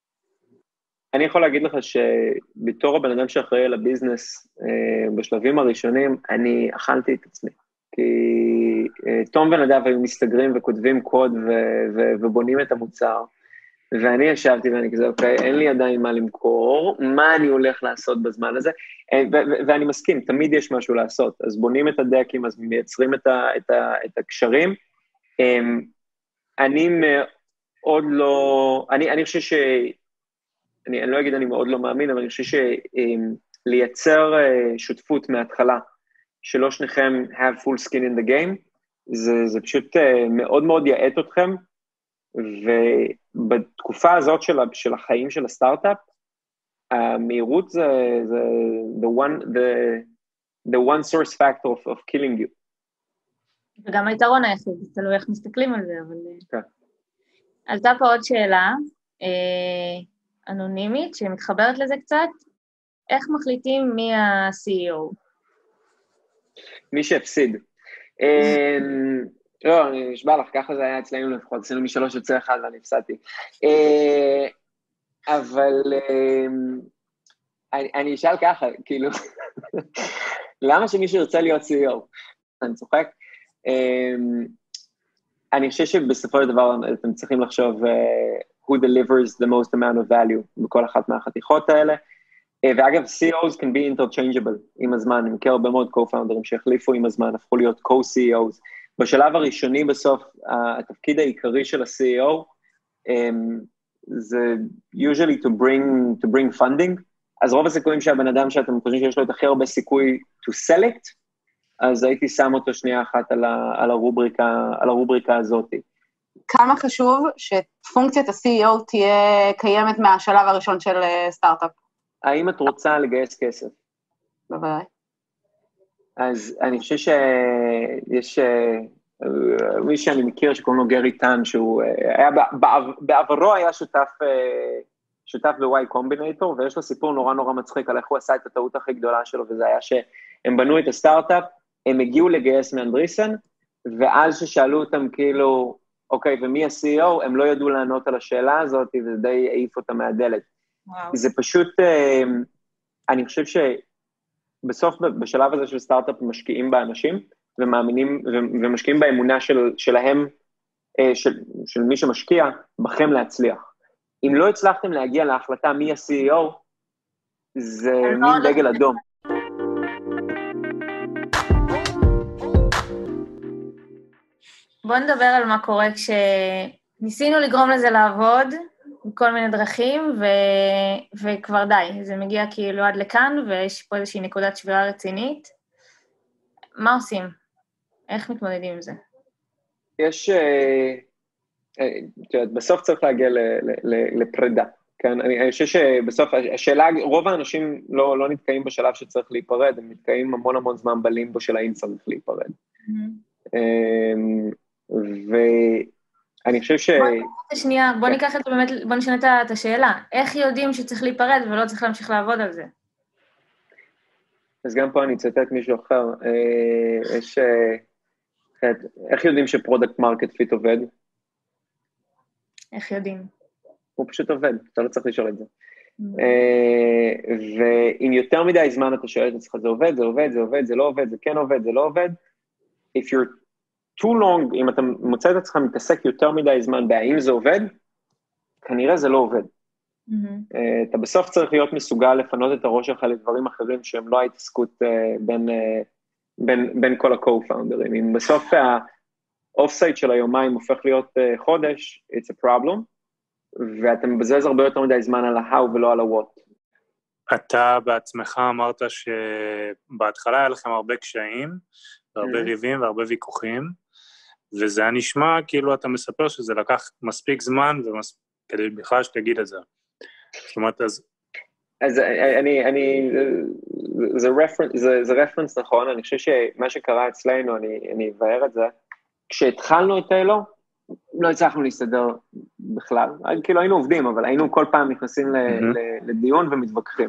אני יכול להגיד לך שבתור הבן אדם שאחראי על הביזנס בשלבים הראשונים, אני אכלתי את עצמי. כי תום ונדב היו מסתגרים וכותבים קוד ו- ו- ובונים את המוצר, ואני ישבתי ואני כזה, אוקיי, אין לי עדיין מה למכור, מה אני הולך לעשות בזמן הזה, ו- ו- ואני מסכים, תמיד יש משהו לעשות, אז בונים את הדקים, אז מייצרים את, ה- את, ה- את הקשרים, אני מאוד לא, אני, אני חושב ש... אני, אני לא אגיד אני מאוד לא מאמין, אבל אני חושב שלייצר שותפות מההתחלה, שלא שניכם have full skin in the game, זה, זה פשוט מאוד מאוד יעט אתכם, ובתקופה הזאת של, של החיים של הסטארט-אפ, המהירות זה, זה the one, the, the one source factor of, of killing you. וגם היתרון היחיד, תלוי איך מסתכלים על זה, אבל... כן. עלתה פה עוד שאלה, אה, אנונימית, שמתחברת לזה קצת, איך מחליטים מי ה-סי אי או? מי שהפסיד. לא, אני נשבע לך, ככה זה היה אצלנו לפחות, עשינו משלוש יוצא אחד ואני הפסדתי. אבל אני אשאל ככה, כאילו, למה שמישהו ירצה להיות סי אי או? אני צוחק. אני חושב שבסופו של דבר אתם צריכים לחשוב who delivers the most amount of value בכל אחת מהחתיכות האלה, ואגב, סי אי או's can be interchangeable עם הזמן, אני מכיר הרבה מאוד co-founders שהחליפו עם הזמן, הפכו להיות co-סי אי או's. בשלב הראשוני בסוף, התפקיד העיקרי של ה-סי אי או, זה usually to bring, to bring funding, אז רוב הסיכויים שהבן אדם שאתם חושבים שיש לו את הכי הרבה סיכוי to sell it, אז הייתי שם אותו שנייה אחת על, ה, על, הרובריקה, על הרובריקה הזאת. כמה חשוב שפונקציית ה-סי אי או תהיה קיימת מהשלב הראשון של סטארט-אפ? האם את רוצה לגייס כסף? בוודאי. אז אני חושב שיש מי שאני מכיר שקוראים לו גרי טן, שהוא היה, בעברו היה שותף, שותף ב-Y Combinator, ויש לו סיפור נורא נורא מצחיק על איך הוא עשה את הטעות הכי גדולה שלו, וזה היה שהם בנו את הסטארט-אפ, הם הגיעו לגייס מאנדריסן, ואז ששאלו אותם כאילו, אוקיי, ומי ה-סי אי או, הם לא ידעו לענות על השאלה הזאת, וזה די העיף אותה מהדלת. וואו. זה פשוט, אני חושב שבסוף, בשלב הזה של סטארט-אפ, משקיעים באנשים, ומאמינים, ומשקיעים באמונה של, שלהם, של, של מי שמשקיע, בכם להצליח. אם לא הצלחתם להגיע להחלטה מי ה-סי אי או, זה מין דגל אדום. בוא נדבר על מה קורה כשניסינו לגרום לזה לעבוד, בכל מיני דרכים, ו... וכבר די, זה מגיע כאילו עד לכאן, ויש פה איזושהי נקודת שבירה רצינית. מה עושים? איך מתמודדים עם זה? יש, תראה, בסוף צריך להגיע ל... ל... לפרידה, כן? אני, אני חושב שבסוף, השאלה, רוב האנשים לא, לא נתקעים בשלב שצריך להיפרד, הם נתקעים המון המון זמן בלימבו של האם צריך להיפרד. Mm-hmm. ואני חושב ש... שנייה, בוא ניקח את זה באמת, בוא נשנה את השאלה. איך יודעים שצריך להיפרד ולא צריך להמשיך לעבוד על זה? אז גם פה אני אצטט מישהו אחר. יש... איך יודעים שפרודקט מרקט פיט עובד? איך יודעים? הוא פשוט עובד, אתה לא צריך לשאול את זה. ואם יותר מדי זמן אתה שואל את עצמך, זה עובד, זה עובד, זה עובד, זה לא עובד, זה כן עובד, זה לא עובד. If you're too long, אם אתה מוצא את עצמך מתעסק יותר מדי זמן בהאם זה עובד, כנראה זה לא עובד. Mm-hmm. אתה בסוף צריך להיות מסוגל לפנות את הראש שלך לדברים אחרים שהם לא ההתעסקות בין, בין, בין כל ה-co-founders. אם בסוף ה-off-site של היומיים הופך להיות חודש, it's a problem, ואתה מבזבז הרבה יותר מדי זמן על ה-how ולא על ה-what. אתה בעצמך אמרת שבהתחלה היה לכם הרבה קשיים, והרבה ריבים והרבה ויכוחים, וזה היה נשמע כאילו אתה מספר שזה לקח מספיק זמן, כדי בכלל שתגיד את זה. זאת אומרת, אז... אז אני, אני, זה רפרנס, זה, זה רפרנס נכון, אני חושב שמה שקרה אצלנו, אני, אני אבהר את זה, כשהתחלנו את אלו, לא הצלחנו להסתדר בכלל, כאילו היינו עובדים, אבל היינו כל פעם נכנסים לדיון ומתווכחים.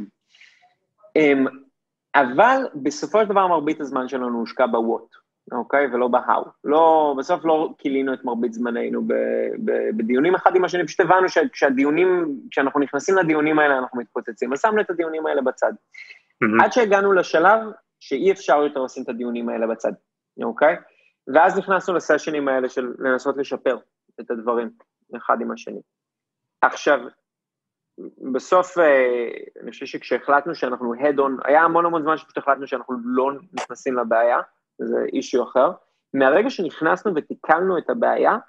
אבל בסופו של דבר מרבית הזמן שלנו הושקע בוואט, אוקיי? ולא בהאו. לא, בסוף לא קילינו את מרבית זמננו ב, ב, בדיונים אחד עם השני, פשוט הבנו שכשהדיונים, כשאנחנו נכנסים לדיונים האלה אנחנו מתפוצצים, אז שמנו את הדיונים האלה בצד. Mm-hmm. עד שהגענו לשלב שאי אפשר יותר לשים את הדיונים האלה בצד, אוקיי? ואז נכנסנו לסשנים האלה של לנסות לשפר את הדברים אחד עם השני. עכשיו, בסוף, אני חושב שכשהחלטנו שאנחנו head on, היה המון המון זמן שפשוט החלטנו שאנחנו לא נכנסים לבעיה, זה אישיו אחר. מהרגע שנכנסנו ותיקלנו את הבעיה,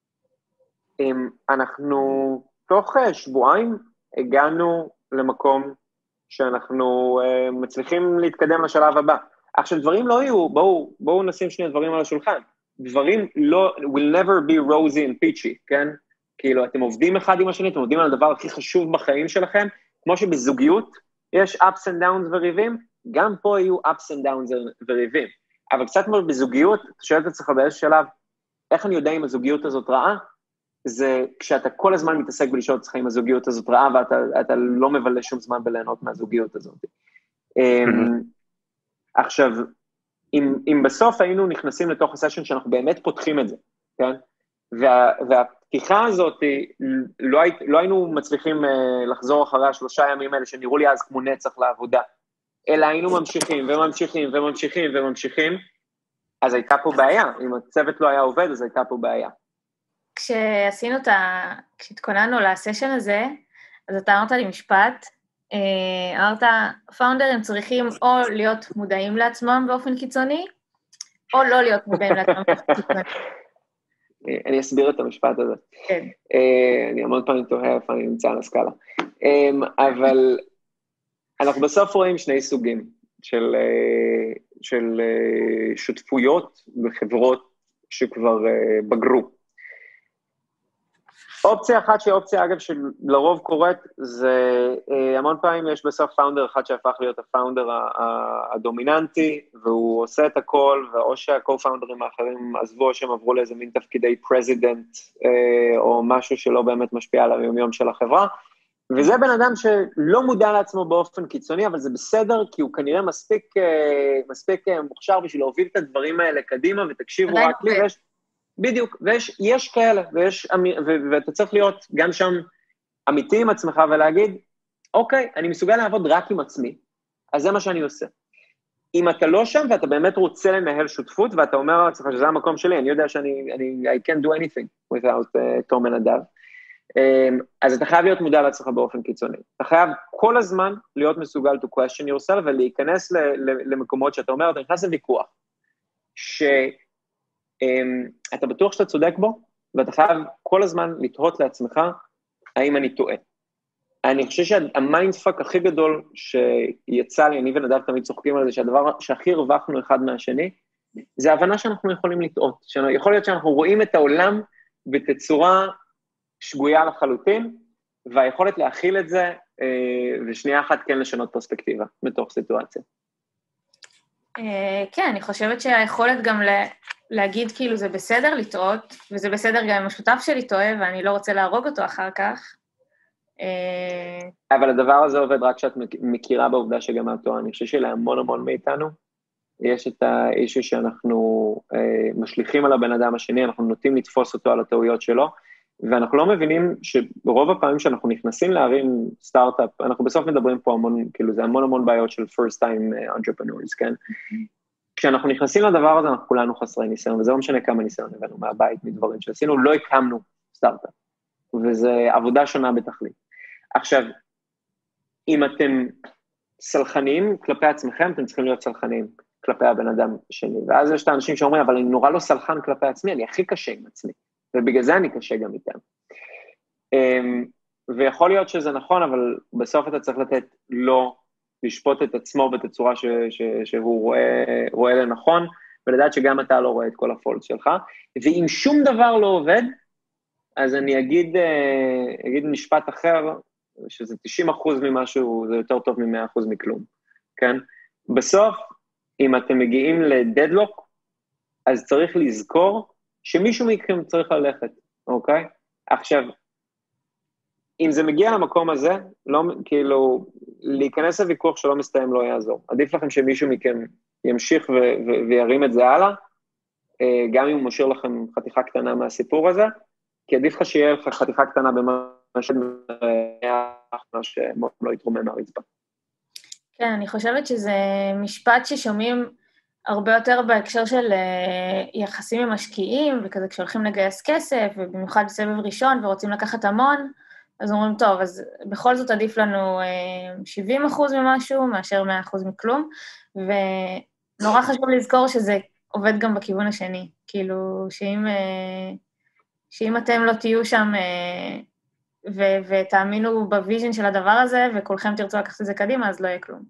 אנחנו תוך שבועיים הגענו למקום שאנחנו מצליחים להתקדם לשלב הבא. עכשיו, דברים לא יהיו, בואו, בואו נשים שני דברים על השולחן. דברים לא, will never be rosy and peachy, כן? כאילו, אתם עובדים אחד עם השני, אתם עובדים על הדבר הכי חשוב בחיים שלכם, כמו שבזוגיות יש ups and downs וריבים, גם פה יהיו ups and downs וריבים. אבל קצת כמו בזוגיות, אתה שואל את עצמך באיזה שלב, איך אני יודע אם הזוגיות הזאת רעה? זה כשאתה כל הזמן מתעסק בלשאול את עצמך אם הזוגיות הזאת רעה, ואתה לא מבלה שום זמן בליהנות מהזוגיות הזאת. עכשיו, אם, אם בסוף היינו נכנסים לתוך הסשן שאנחנו באמת פותחים את זה, כן? וה, והפתיחה הזאת, לא, הי, לא היינו מצליחים uh, לחזור אחרי השלושה ימים האלה, שנראו לי אז כמו נצח לעבודה, אלא היינו ממשיכים וממשיכים וממשיכים וממשיכים, אז הייתה פה בעיה. אם הצוות לא היה עובד, אז הייתה פה בעיה. כשעשינו את ה... כשהתכוננו לסשן הזה, אז אתה אמרת לי משפט, אמרת, פאונדרים צריכים או להיות מודעים לעצמם באופן קיצוני, או לא להיות מודעים לעצמם באופן קיצוני. אני אסביר את המשפט הזה. כן. אני המון פעמים תוהה איפה אני נמצא על הסקאלה. אבל אנחנו בסוף רואים שני סוגים של, של שותפויות בחברות שכבר בגרו. אופציה אחת שהיא אופציה, אגב, שלרוב קורית, זה המון פעמים יש בסוף פאונדר אחד שהפך להיות הפאונדר הדומיננטי, והוא עושה את הכל, ואו שהקו-פאונדרים האחרים עזבו, או שהם עברו לאיזה מין תפקידי פרזידנט, או משהו שלא באמת משפיע על היום-יום של החברה, וזה בן אדם שלא מודע לעצמו באופן קיצוני, אבל זה בסדר, כי הוא כנראה מספיק, מספיק מוכשר בשביל להוביל את הדברים האלה קדימה, ותקשיבו רק לי, ויש... בדיוק, ויש יש כאלה, ויש, ו, ואתה צריך להיות גם שם אמיתי עם עצמך ולהגיד, אוקיי, אני מסוגל לעבוד רק עם עצמי, אז זה מה שאני עושה. אם אתה לא שם ואתה באמת רוצה לנהל שותפות, ואתה אומר לעצמך שזה המקום שלי, אני יודע שאני, אני, I can't do anything without uh, תום נדב, um, אז אתה חייב להיות מודע לעצמך באופן קיצוני. אתה חייב כל הזמן להיות מסוגל to question yourself, ולהיכנס ל, ל, למקומות שאתה אומר, אתה נכנס לוויכוח, ש... Um, אתה בטוח שאתה צודק בו, ואתה חייב כל הזמן לתהות לעצמך, האם אני טועה. אני חושב שהמיינדפאק הכי גדול שיצא לי, אני ונדב תמיד צוחקים על זה, שהדבר שהכי הרווחנו אחד מהשני, זה ההבנה שאנחנו יכולים לטעות. יכול להיות שאנחנו רואים את העולם בתצורה שגויה לחלוטין, והיכולת להכיל את זה, ושנייה אחת כן לשנות פרספקטיבה, בתוך סיטואציה. כן, אני חושבת שהיכולת גם ל... להגיד כאילו זה בסדר לטעות, וזה בסדר גם אם השותף שלי טועה, ואני לא רוצה להרוג אותו אחר כך. אבל הדבר הזה עובד רק כשאת מכירה בעובדה שגם את טועה. אני חושב שלהמון המון מאיתנו, יש את האישו שאנחנו משליכים על הבן אדם השני, אנחנו נוטים לתפוס אותו על הטעויות שלו, ואנחנו לא מבינים שברוב הפעמים שאנחנו נכנסים להרים סטארט-אפ, אנחנו בסוף מדברים פה המון, כאילו זה המון המון בעיות של first time entrepreneurs, כן? כשאנחנו נכנסים לדבר הזה, אנחנו כולנו חסרי ניסיון, וזה לא משנה כמה ניסיון הבאנו מהבית, מדברים שעשינו, לא הקמנו סטארט-אפ, וזו עבודה שונה בתכלית. עכשיו, אם אתם סלחניים כלפי עצמכם, אתם צריכים להיות סלחניים כלפי הבן אדם שני, ואז יש את האנשים שאומרים, אבל אני נורא לא סלחן כלפי עצמי, אני הכי קשה עם עצמי, ובגלל זה אני קשה גם איתם. ויכול להיות שזה נכון, אבל בסוף אתה צריך לתת לא לשפוט את עצמו בתצורה ש, ש, שהוא רואה, רואה לנכון, ולדעת שגם אתה לא רואה את כל הפולט שלך, ואם שום דבר לא עובד, אז אני אגיד, אגיד משפט אחר, שזה תשעים אחוז ממשהו, זה יותר טוב מ-מאה אחוז מכלום, כן? בסוף, אם אתם מגיעים לדדלוק, אז צריך לזכור שמישהו מכם צריך ללכת, אוקיי? עכשיו, אם זה מגיע למקום הזה, לא, כאילו, להיכנס לוויכוח שלא מסתיים לא יעזור. עדיף לכם שמישהו מכם ימשיך ו- ו- וירים את זה הלאה, גם אם הוא משאיר לכם חתיכה קטנה מהסיפור הזה, כי עדיף לך שיהיה לך חתיכה קטנה במה שלא יתרומם מהרצפה. כן, אני חושבת שזה משפט ששומעים הרבה יותר בהקשר של יחסים עם משקיעים, וכזה כשהולכים לגייס כסף, ובמיוחד בסבב ראשון ורוצים לקחת המון, אז אומרים, טוב, אז בכל זאת עדיף לנו שבעים אחוז ממשהו, מאשר מאה אחוז מכלום, ונורא חשוב לזכור שזה עובד גם בכיוון השני, כאילו, שאם, שאם אתם לא תהיו שם, ו- ותאמינו בוויז'ן של הדבר הזה, וכולכם תרצו לקחת את זה קדימה, אז לא יהיה כלום.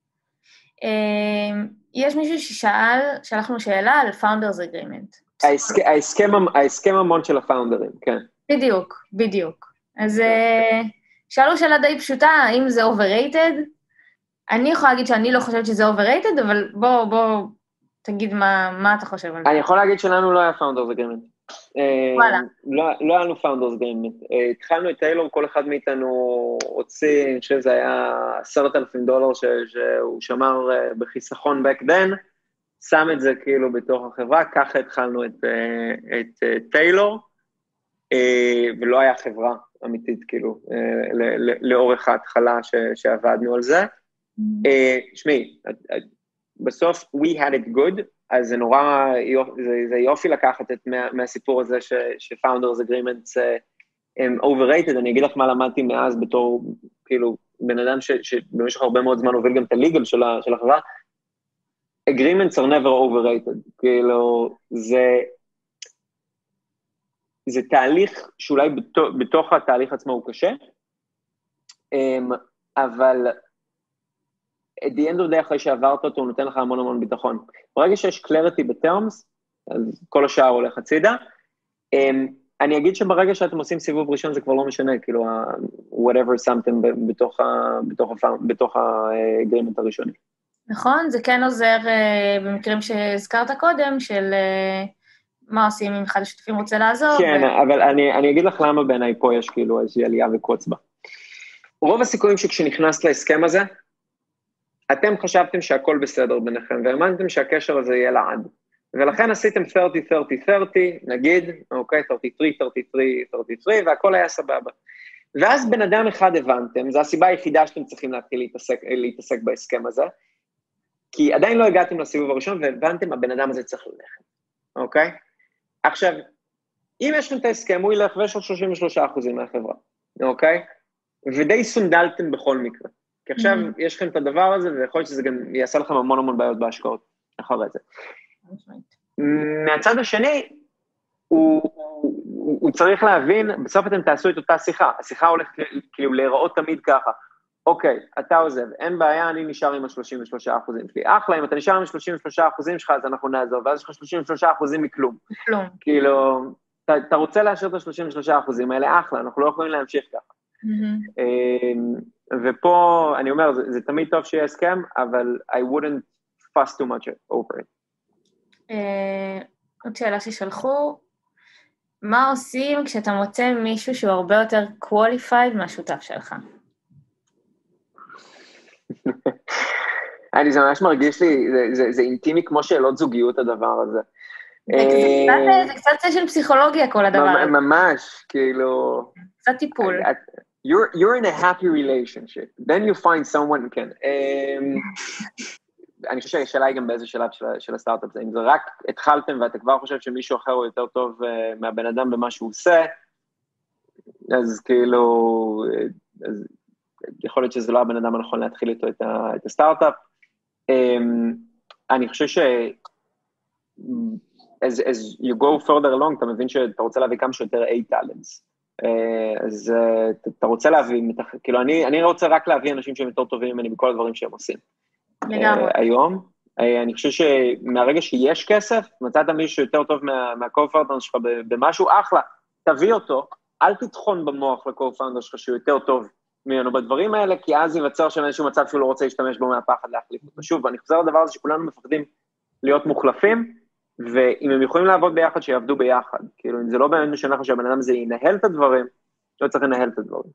יש מישהו ששאל, שלחנו שאלה על Founders Agreement. ההסכם המון של הפאונדרים, כן. בדיוק, בדיוק. אז שאלו שאלה די פשוטה, האם זה overrated? אני יכולה להגיד שאני לא חושבת שזה overrated, אבל בוא, בוא, תגיד מה, מה אתה חושב על זה. אני יכול להגיד שלנו לא היה Founders Agreement. וואלה. לא, לא היה לנו Founders Agreement. התחלנו את טיילור, כל אחד מאיתנו הוציא, אני חושב שזה היה עשרת אלפים דולר שהוא שמר בחיסכון back then, שם את זה כאילו בתוך החברה, ככה התחלנו את, את טיילור, ולא היה חברה אמיתית כאילו, לאורך ההתחלה שעבדנו על זה. שמי, בסוף we had it good, אז זה נורא, זה, זה יופי לקחת את מה, מהסיפור הזה ש, ש-Founders Agreements הם overrated, אני אגיד לך מה למדתי מאז בתור, כאילו, בן אדם ש, שבמשך הרבה מאוד זמן הוביל גם את הליגל של, של החברה, Agreements are never overrated, כאילו, זה, זה תהליך שאולי בתוך, בתוך התהליך עצמו הוא קשה, אבל at the end of the day, אחרי שעברת אותו, הוא נותן לך המון המון ביטחון. ברגע שיש clarity ב-terms, אז כל השאר הולך הצידה. אני אגיד שברגע שאתם עושים סיבוב ראשון, זה כבר לא משנה, כאילו, whatever שמתם בתוך בתוך ה-agreement הראשוני. נכון, זה כן עוזר במקרים שהזכרת קודם, של מה עושים אם אחד השותפים רוצה לעזור. כן, אבל אני אגיד לך למה בעיניי פה יש כאילו איזושהי עלייה וקוץ בה. רוב הסיכויים שכשנכנסת להסכם הזה, אתם חשבתם שהכל בסדר ביניכם, והאמנתם שהקשר הזה יהיה לעד. ולכן עשיתם שלושים שלושים שלושים, נגיד, אוקיי, שלושים ושלוש, שלושים ושלוש, שלושים ושלוש, והכל היה סבבה. ואז בן אדם אחד הבנתם, זו הסיבה היחידה שאתם צריכים להתחיל להתעסק, להתעסק בהסכם הזה, כי עדיין לא הגעתם לסיבוב הראשון, והבנתם, הבן אדם הזה צריך ללכת, אוקיי? עכשיו, אם יש לכם את ההסכם, הוא ילך ויש לו שלושים ושלושה אחוזים מהחברה, אוקיי? ודי סונדלתם בכל מקרה. כי עכשיו mm-hmm. יש לכם את הדבר הזה, ויכול להיות שזה גם יעשה לכם המון המון בעיות בהשקעות, אחרי זה. מהצד השני, הוא, הוא, הוא צריך להבין, בסוף אתם תעשו את אותה שיחה, השיחה הולכת כאילו להיראות תמיד ככה, אוקיי, אתה עוזב, אין בעיה, אני נשאר עם ה-שלושים ושלושה אחוזים שלי, אחלה, אם אתה נשאר עם ה-שלושים ושלושה אחוזים שלך, אז אנחנו נעזוב, ואז יש לך שלושים ושלושה אחוזים מכלום. מכלום. כאילו, אתה, אתה רוצה להשאיר את ה-שלושים ושלושה אחוזים האלה, אחלה, אנחנו לא יכולים להמשיך ככה. Mm-hmm. ופה, אני אומר, זה, זה תמיד טוב שיהיה הסכם, אבל I wouldn't fuss too much over it. עוד שאלה ששלחו, מה עושים כשאתה מוצא מישהו שהוא הרבה יותר qualified מהשותף שלך? אני, זה ממש מרגיש לי, זה, זה, זה אינטימי כמו שאלות זוגיות הדבר הזה. זה קצת של פסיכולוגיה כל הדבר הזה. ממש, כאילו... קצת טיפול. You're, you're in a happy relationship, then you find someone, כן. אני חושב שהשאלה היא גם באיזה שלב של, של הסטארט-אפ זה, אם זה רק התחלתם ואתה כבר חושב שמישהו אחר הוא יותר טוב uh, מהבן אדם במה שהוא עושה, אז כאילו, אז יכול להיות שזה לא הבן אדם הנכון להתחיל איתו את, ה, את הסטארט-אפ. Um, אני חושב ש... as, as you go further along, אתה מבין שאתה רוצה להביא כמה שיותר A-talents. Uh, אז uh, אתה רוצה להביא, כאילו אני, אני רוצה רק להביא אנשים שהם יותר טובים ממני בכל הדברים שהם עושים. לגמרי. היום, אני חושב שמהרגע שיש כסף, מצאת מישהו יותר טוב מה-co-founder שלך במשהו, אחלה, תביא אותו, אל תתחון במוח ל-co-founder שלך שהוא יותר טוב ממנו בדברים האלה, כי אז ייווצר שם איזשהו מצב שהוא לא רוצה להשתמש בו מהפחד להחליף אותו. שוב, ואני חוזר לדבר הזה שכולנו מפחדים להיות מוחלפים, ואם הם יכולים לעבוד ביחד, שיעבדו ביחד. כאילו, אם זה לא באמת משנה שהבן אדם הזה ינהל את הדברים, לא צריך לנהל את הדברים.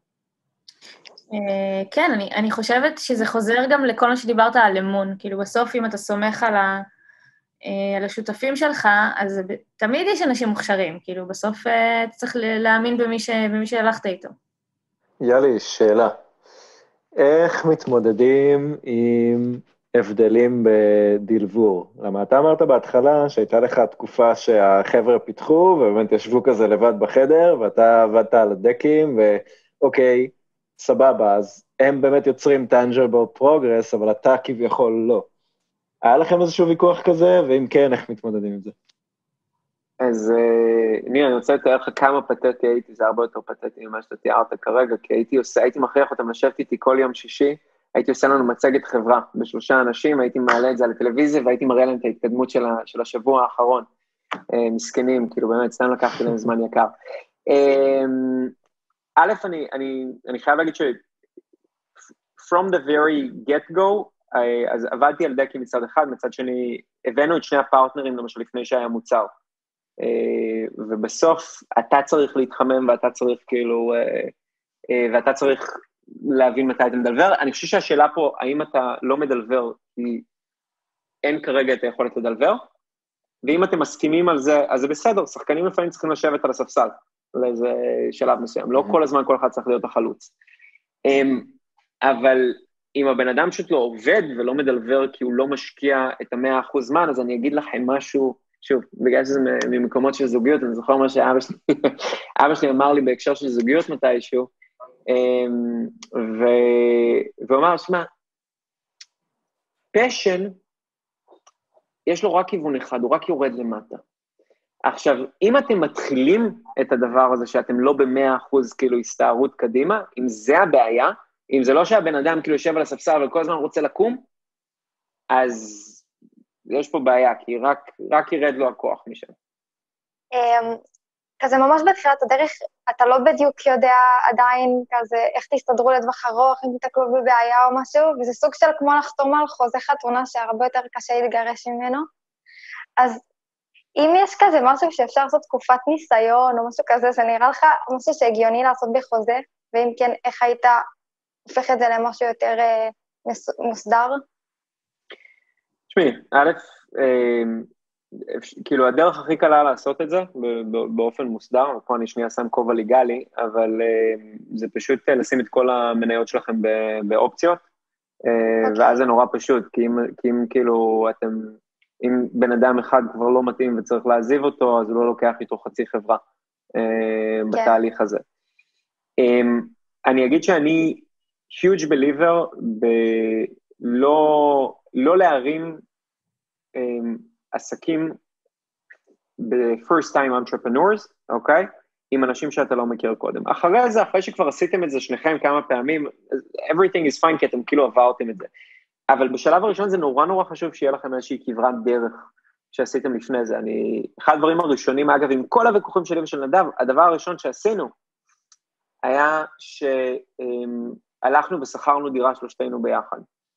כן, אני, אני חושבת שזה חוזר גם לכל מה שדיברת על אמון, כאילו בסוף אם אתה סומך על, ה, על השותפים שלך, אז תמיד יש אנשים מוכשרים, כאילו בסוף אתה צריך להאמין במי, ש, במי שהלכת איתו. יאלי, שאלה, איך מתמודדים עם הבדלים בדלבור? למה אתה אמרת בהתחלה שהייתה לך תקופה שהחבר'ה פיתחו, ובאמת ישבו כזה לבד בחדר, ואתה עבדת על הדקים, ואוקיי, סבבה, אז הם באמת יוצרים tangible progress, אבל אתה כביכול לא. היה לכם איזשהו ויכוח כזה, ואם כן, איך מתמודדים עם זה? אז ניר, אני רוצה לתאר לך כמה פתטי הייתי, זה הרבה יותר פתטי ממה שאתה תיארת כרגע, כי הייתי עושה, הייתי מכריח אותם לשבת איתי כל יום שישי, הייתי עושה לנו מצגת חברה בשלושה אנשים, הייתי מעלה את זה על הטלוויזיה, והייתי מראה להם את ההתקדמות של, של השבוע האחרון. מסכנים, כאילו באמת, סתם לקחתי להם זמן יקר. א', אני, אני, אני חייב להגיד ש- from the very get-go, אז עבדתי על דקי מצד אחד, מצד שני, הבאנו את שני הפרטנרים, למשל לפני שהיה מוצר. ובסוף, אתה צריך להתחמם, ואתה צריך כאילו, ואתה צריך להבין מתי אתה מדלבר. אני חושב שהשאלה פה, האם אתה לא מדלבר, כי אין כרגע את היכולת לדלבר, ואם אתם מסכימים על זה, אז זה בסדר, שחקנים לפעמים צריכים לשבת על הספסל. לאיזה שלב מסוים, לא כל הזמן כל אחד צריך להיות החלוץ. אבל אם הבן אדם שאת לא עובד ולא מדלבר כי הוא לא משקיע את המאה אחוז זמן, אז אני אגיד לכם משהו, שוב, בגלל שזה ממקומות של זוגיות, אני זוכר מה שאבא שלי, אבא שלי אמר לי בהקשר של זוגיות מתישהו, והוא אמר, שמע, פשן, יש לו רק כיוון אחד, הוא רק יורד למטה. עכשיו, אם אתם מתחילים את הדבר הזה, שאתם לא במאה אחוז כאילו הסתערות קדימה, אם זה הבעיה, אם זה לא שהבן אדם כאילו יושב על הספסל, אבל כל הזמן רוצה לקום, אז יש פה בעיה, כי רק, רק ירד לו הכוח משם. כזה ממש בתחילת הדרך, אתה לא בדיוק יודע עדיין כזה איך תסתדרו לטווח ארוך, אם תתקלו בבעיה או משהו, וזה סוג של כמו לחתום על חוזה חתונה שהרבה יותר קשה להתגרש ממנו. אז אם יש כזה משהו שאפשר לעשות תקופת ניסיון או משהו כזה, זה נראה לך משהו שהגיוני לעשות בחוזה, ואם כן, איך היית הופך את זה למשהו יותר אה, מוסדר? תשמעי, א', אה, כאילו הדרך הכי קלה לעשות את זה באופן מוסדר, פה אני שנייה שם כובע ליגלי, אבל זה פשוט לשים את כל המניות שלכם באופציות, ואז זה נורא פשוט, כי אם, כי אם כאילו אתם, אם בן אדם אחד כבר לא מתאים וצריך להעזיב אותו, אז הוא לא לוקח איתו חצי חברה בתהליך הזה. אני אגיד שאני huge believer בלא לא להרים עסקים ב-first time entrepreneurs, אוקיי? עם אנשים שאתה לא מכיר קודם. אחרי זה, אחרי שכבר עשיתם את זה שניכם כמה פעמים, everything is fine, כי אתם כאילו עברתם את זה. אבל בשלב הראשון זה נורא נורא חשוב שיהיה לכם איזושהי כברת דרך שעשיתם לפני זה. אני, אחד הדברים הראשונים, אגב, עם כל הוויכוחים שלי ושל נדב, הדבר הראשון שעשינו, היה שהלכנו ושכרנו דירה שלושתנו ביחד.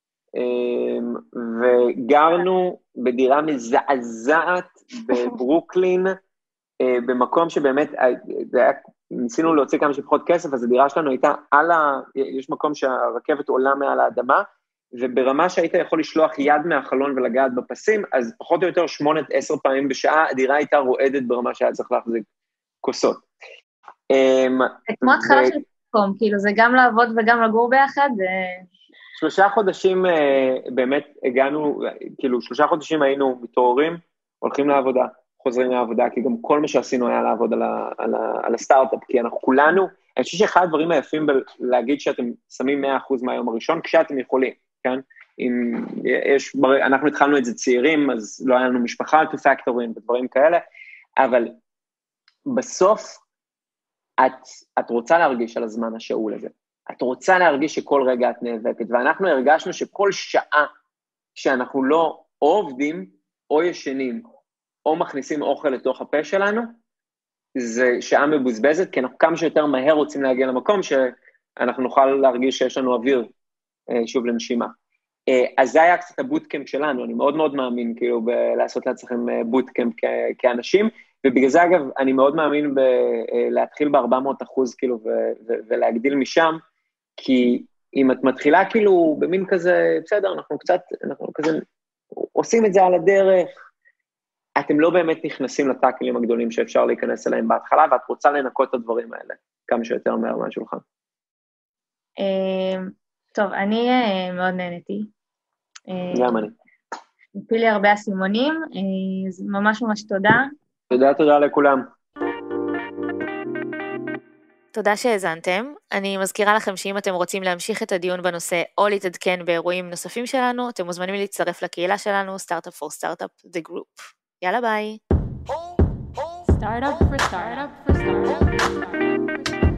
וגרנו בדירה מזעזעת בברוקלין, במקום שבאמת, ניסינו להוציא כמה שפחות כסף, אז הדירה שלנו הייתה על ה... יש מקום שהרכבת עולה מעל האדמה, וברמה שהיית יכול לשלוח יד מהחלון ולגעת בפסים, אז פחות או יותר שמונה עשר פעמים בשעה, הדירה הייתה רועדת ברמה שהיה צריך להחזיק כוסות. זה כמו התחלה של מקום, כאילו זה גם לעבוד וגם לגור ביחד, זה... שלושה חודשים באמת הגענו, כאילו שלושה חודשים היינו מתעוררים, הולכים לעבודה, חוזרים לעבודה, כי גם כל מה שעשינו היה לעבוד על, ה, על, ה, על הסטארט-אפ, כי אנחנו כולנו, אני חושב שאחד הדברים היפים להגיד שאתם שמים מאה אחוז מהיום הראשון, כשאתם יכולים, כן? אם יש, אנחנו התחלנו את זה צעירים, אז לא היה לנו משפחה, to factoring ודברים כאלה, אבל בסוף את, את רוצה להרגיש על הזמן השאול הזה. את רוצה להרגיש שכל רגע את נאבקת, ואנחנו הרגשנו שכל שעה שאנחנו לא או עובדים, או ישנים, או מכניסים אוכל לתוך הפה שלנו, זה שעה מבוזבזת, כי אנחנו כמה שיותר מהר רוצים להגיע למקום, שאנחנו נוכל להרגיש שיש לנו אוויר, שוב לנשימה. אז זה היה קצת הבוטקאמפ שלנו, אני מאוד מאוד מאמין, כאילו, לעשות לעצמכם בוטקאמפ כאנשים, ובגלל זה, אגב, אני מאוד מאמין להתחיל ב-ארבע מאות אחוז, כאילו, ולהגדיל משם, כי אם את מתחילה כאילו במין כזה, בסדר, אנחנו קצת, אנחנו כזה עושים את זה על הדרך, אתם לא באמת נכנסים לטאקלים הגדולים שאפשר להיכנס אליהם בהתחלה, ואת רוצה לנקות את הדברים האלה, כמה שיותר מהר מהשולחן. טוב, אני מאוד נהניתי. גם אני. נפיל לי הרבה אסימונים, אז ממש ממש תודה. תודה, תודה לכולם. תודה שהאזנתם. אני מזכירה לכם שאם אתם רוצים להמשיך את הדיון בנושא או להתעדכן באירועים נוספים שלנו, אתם מוזמנים להצטרף לקהילה שלנו, Startup for Startup, The Group. יאללה ביי. Startup for startup for startup for startup.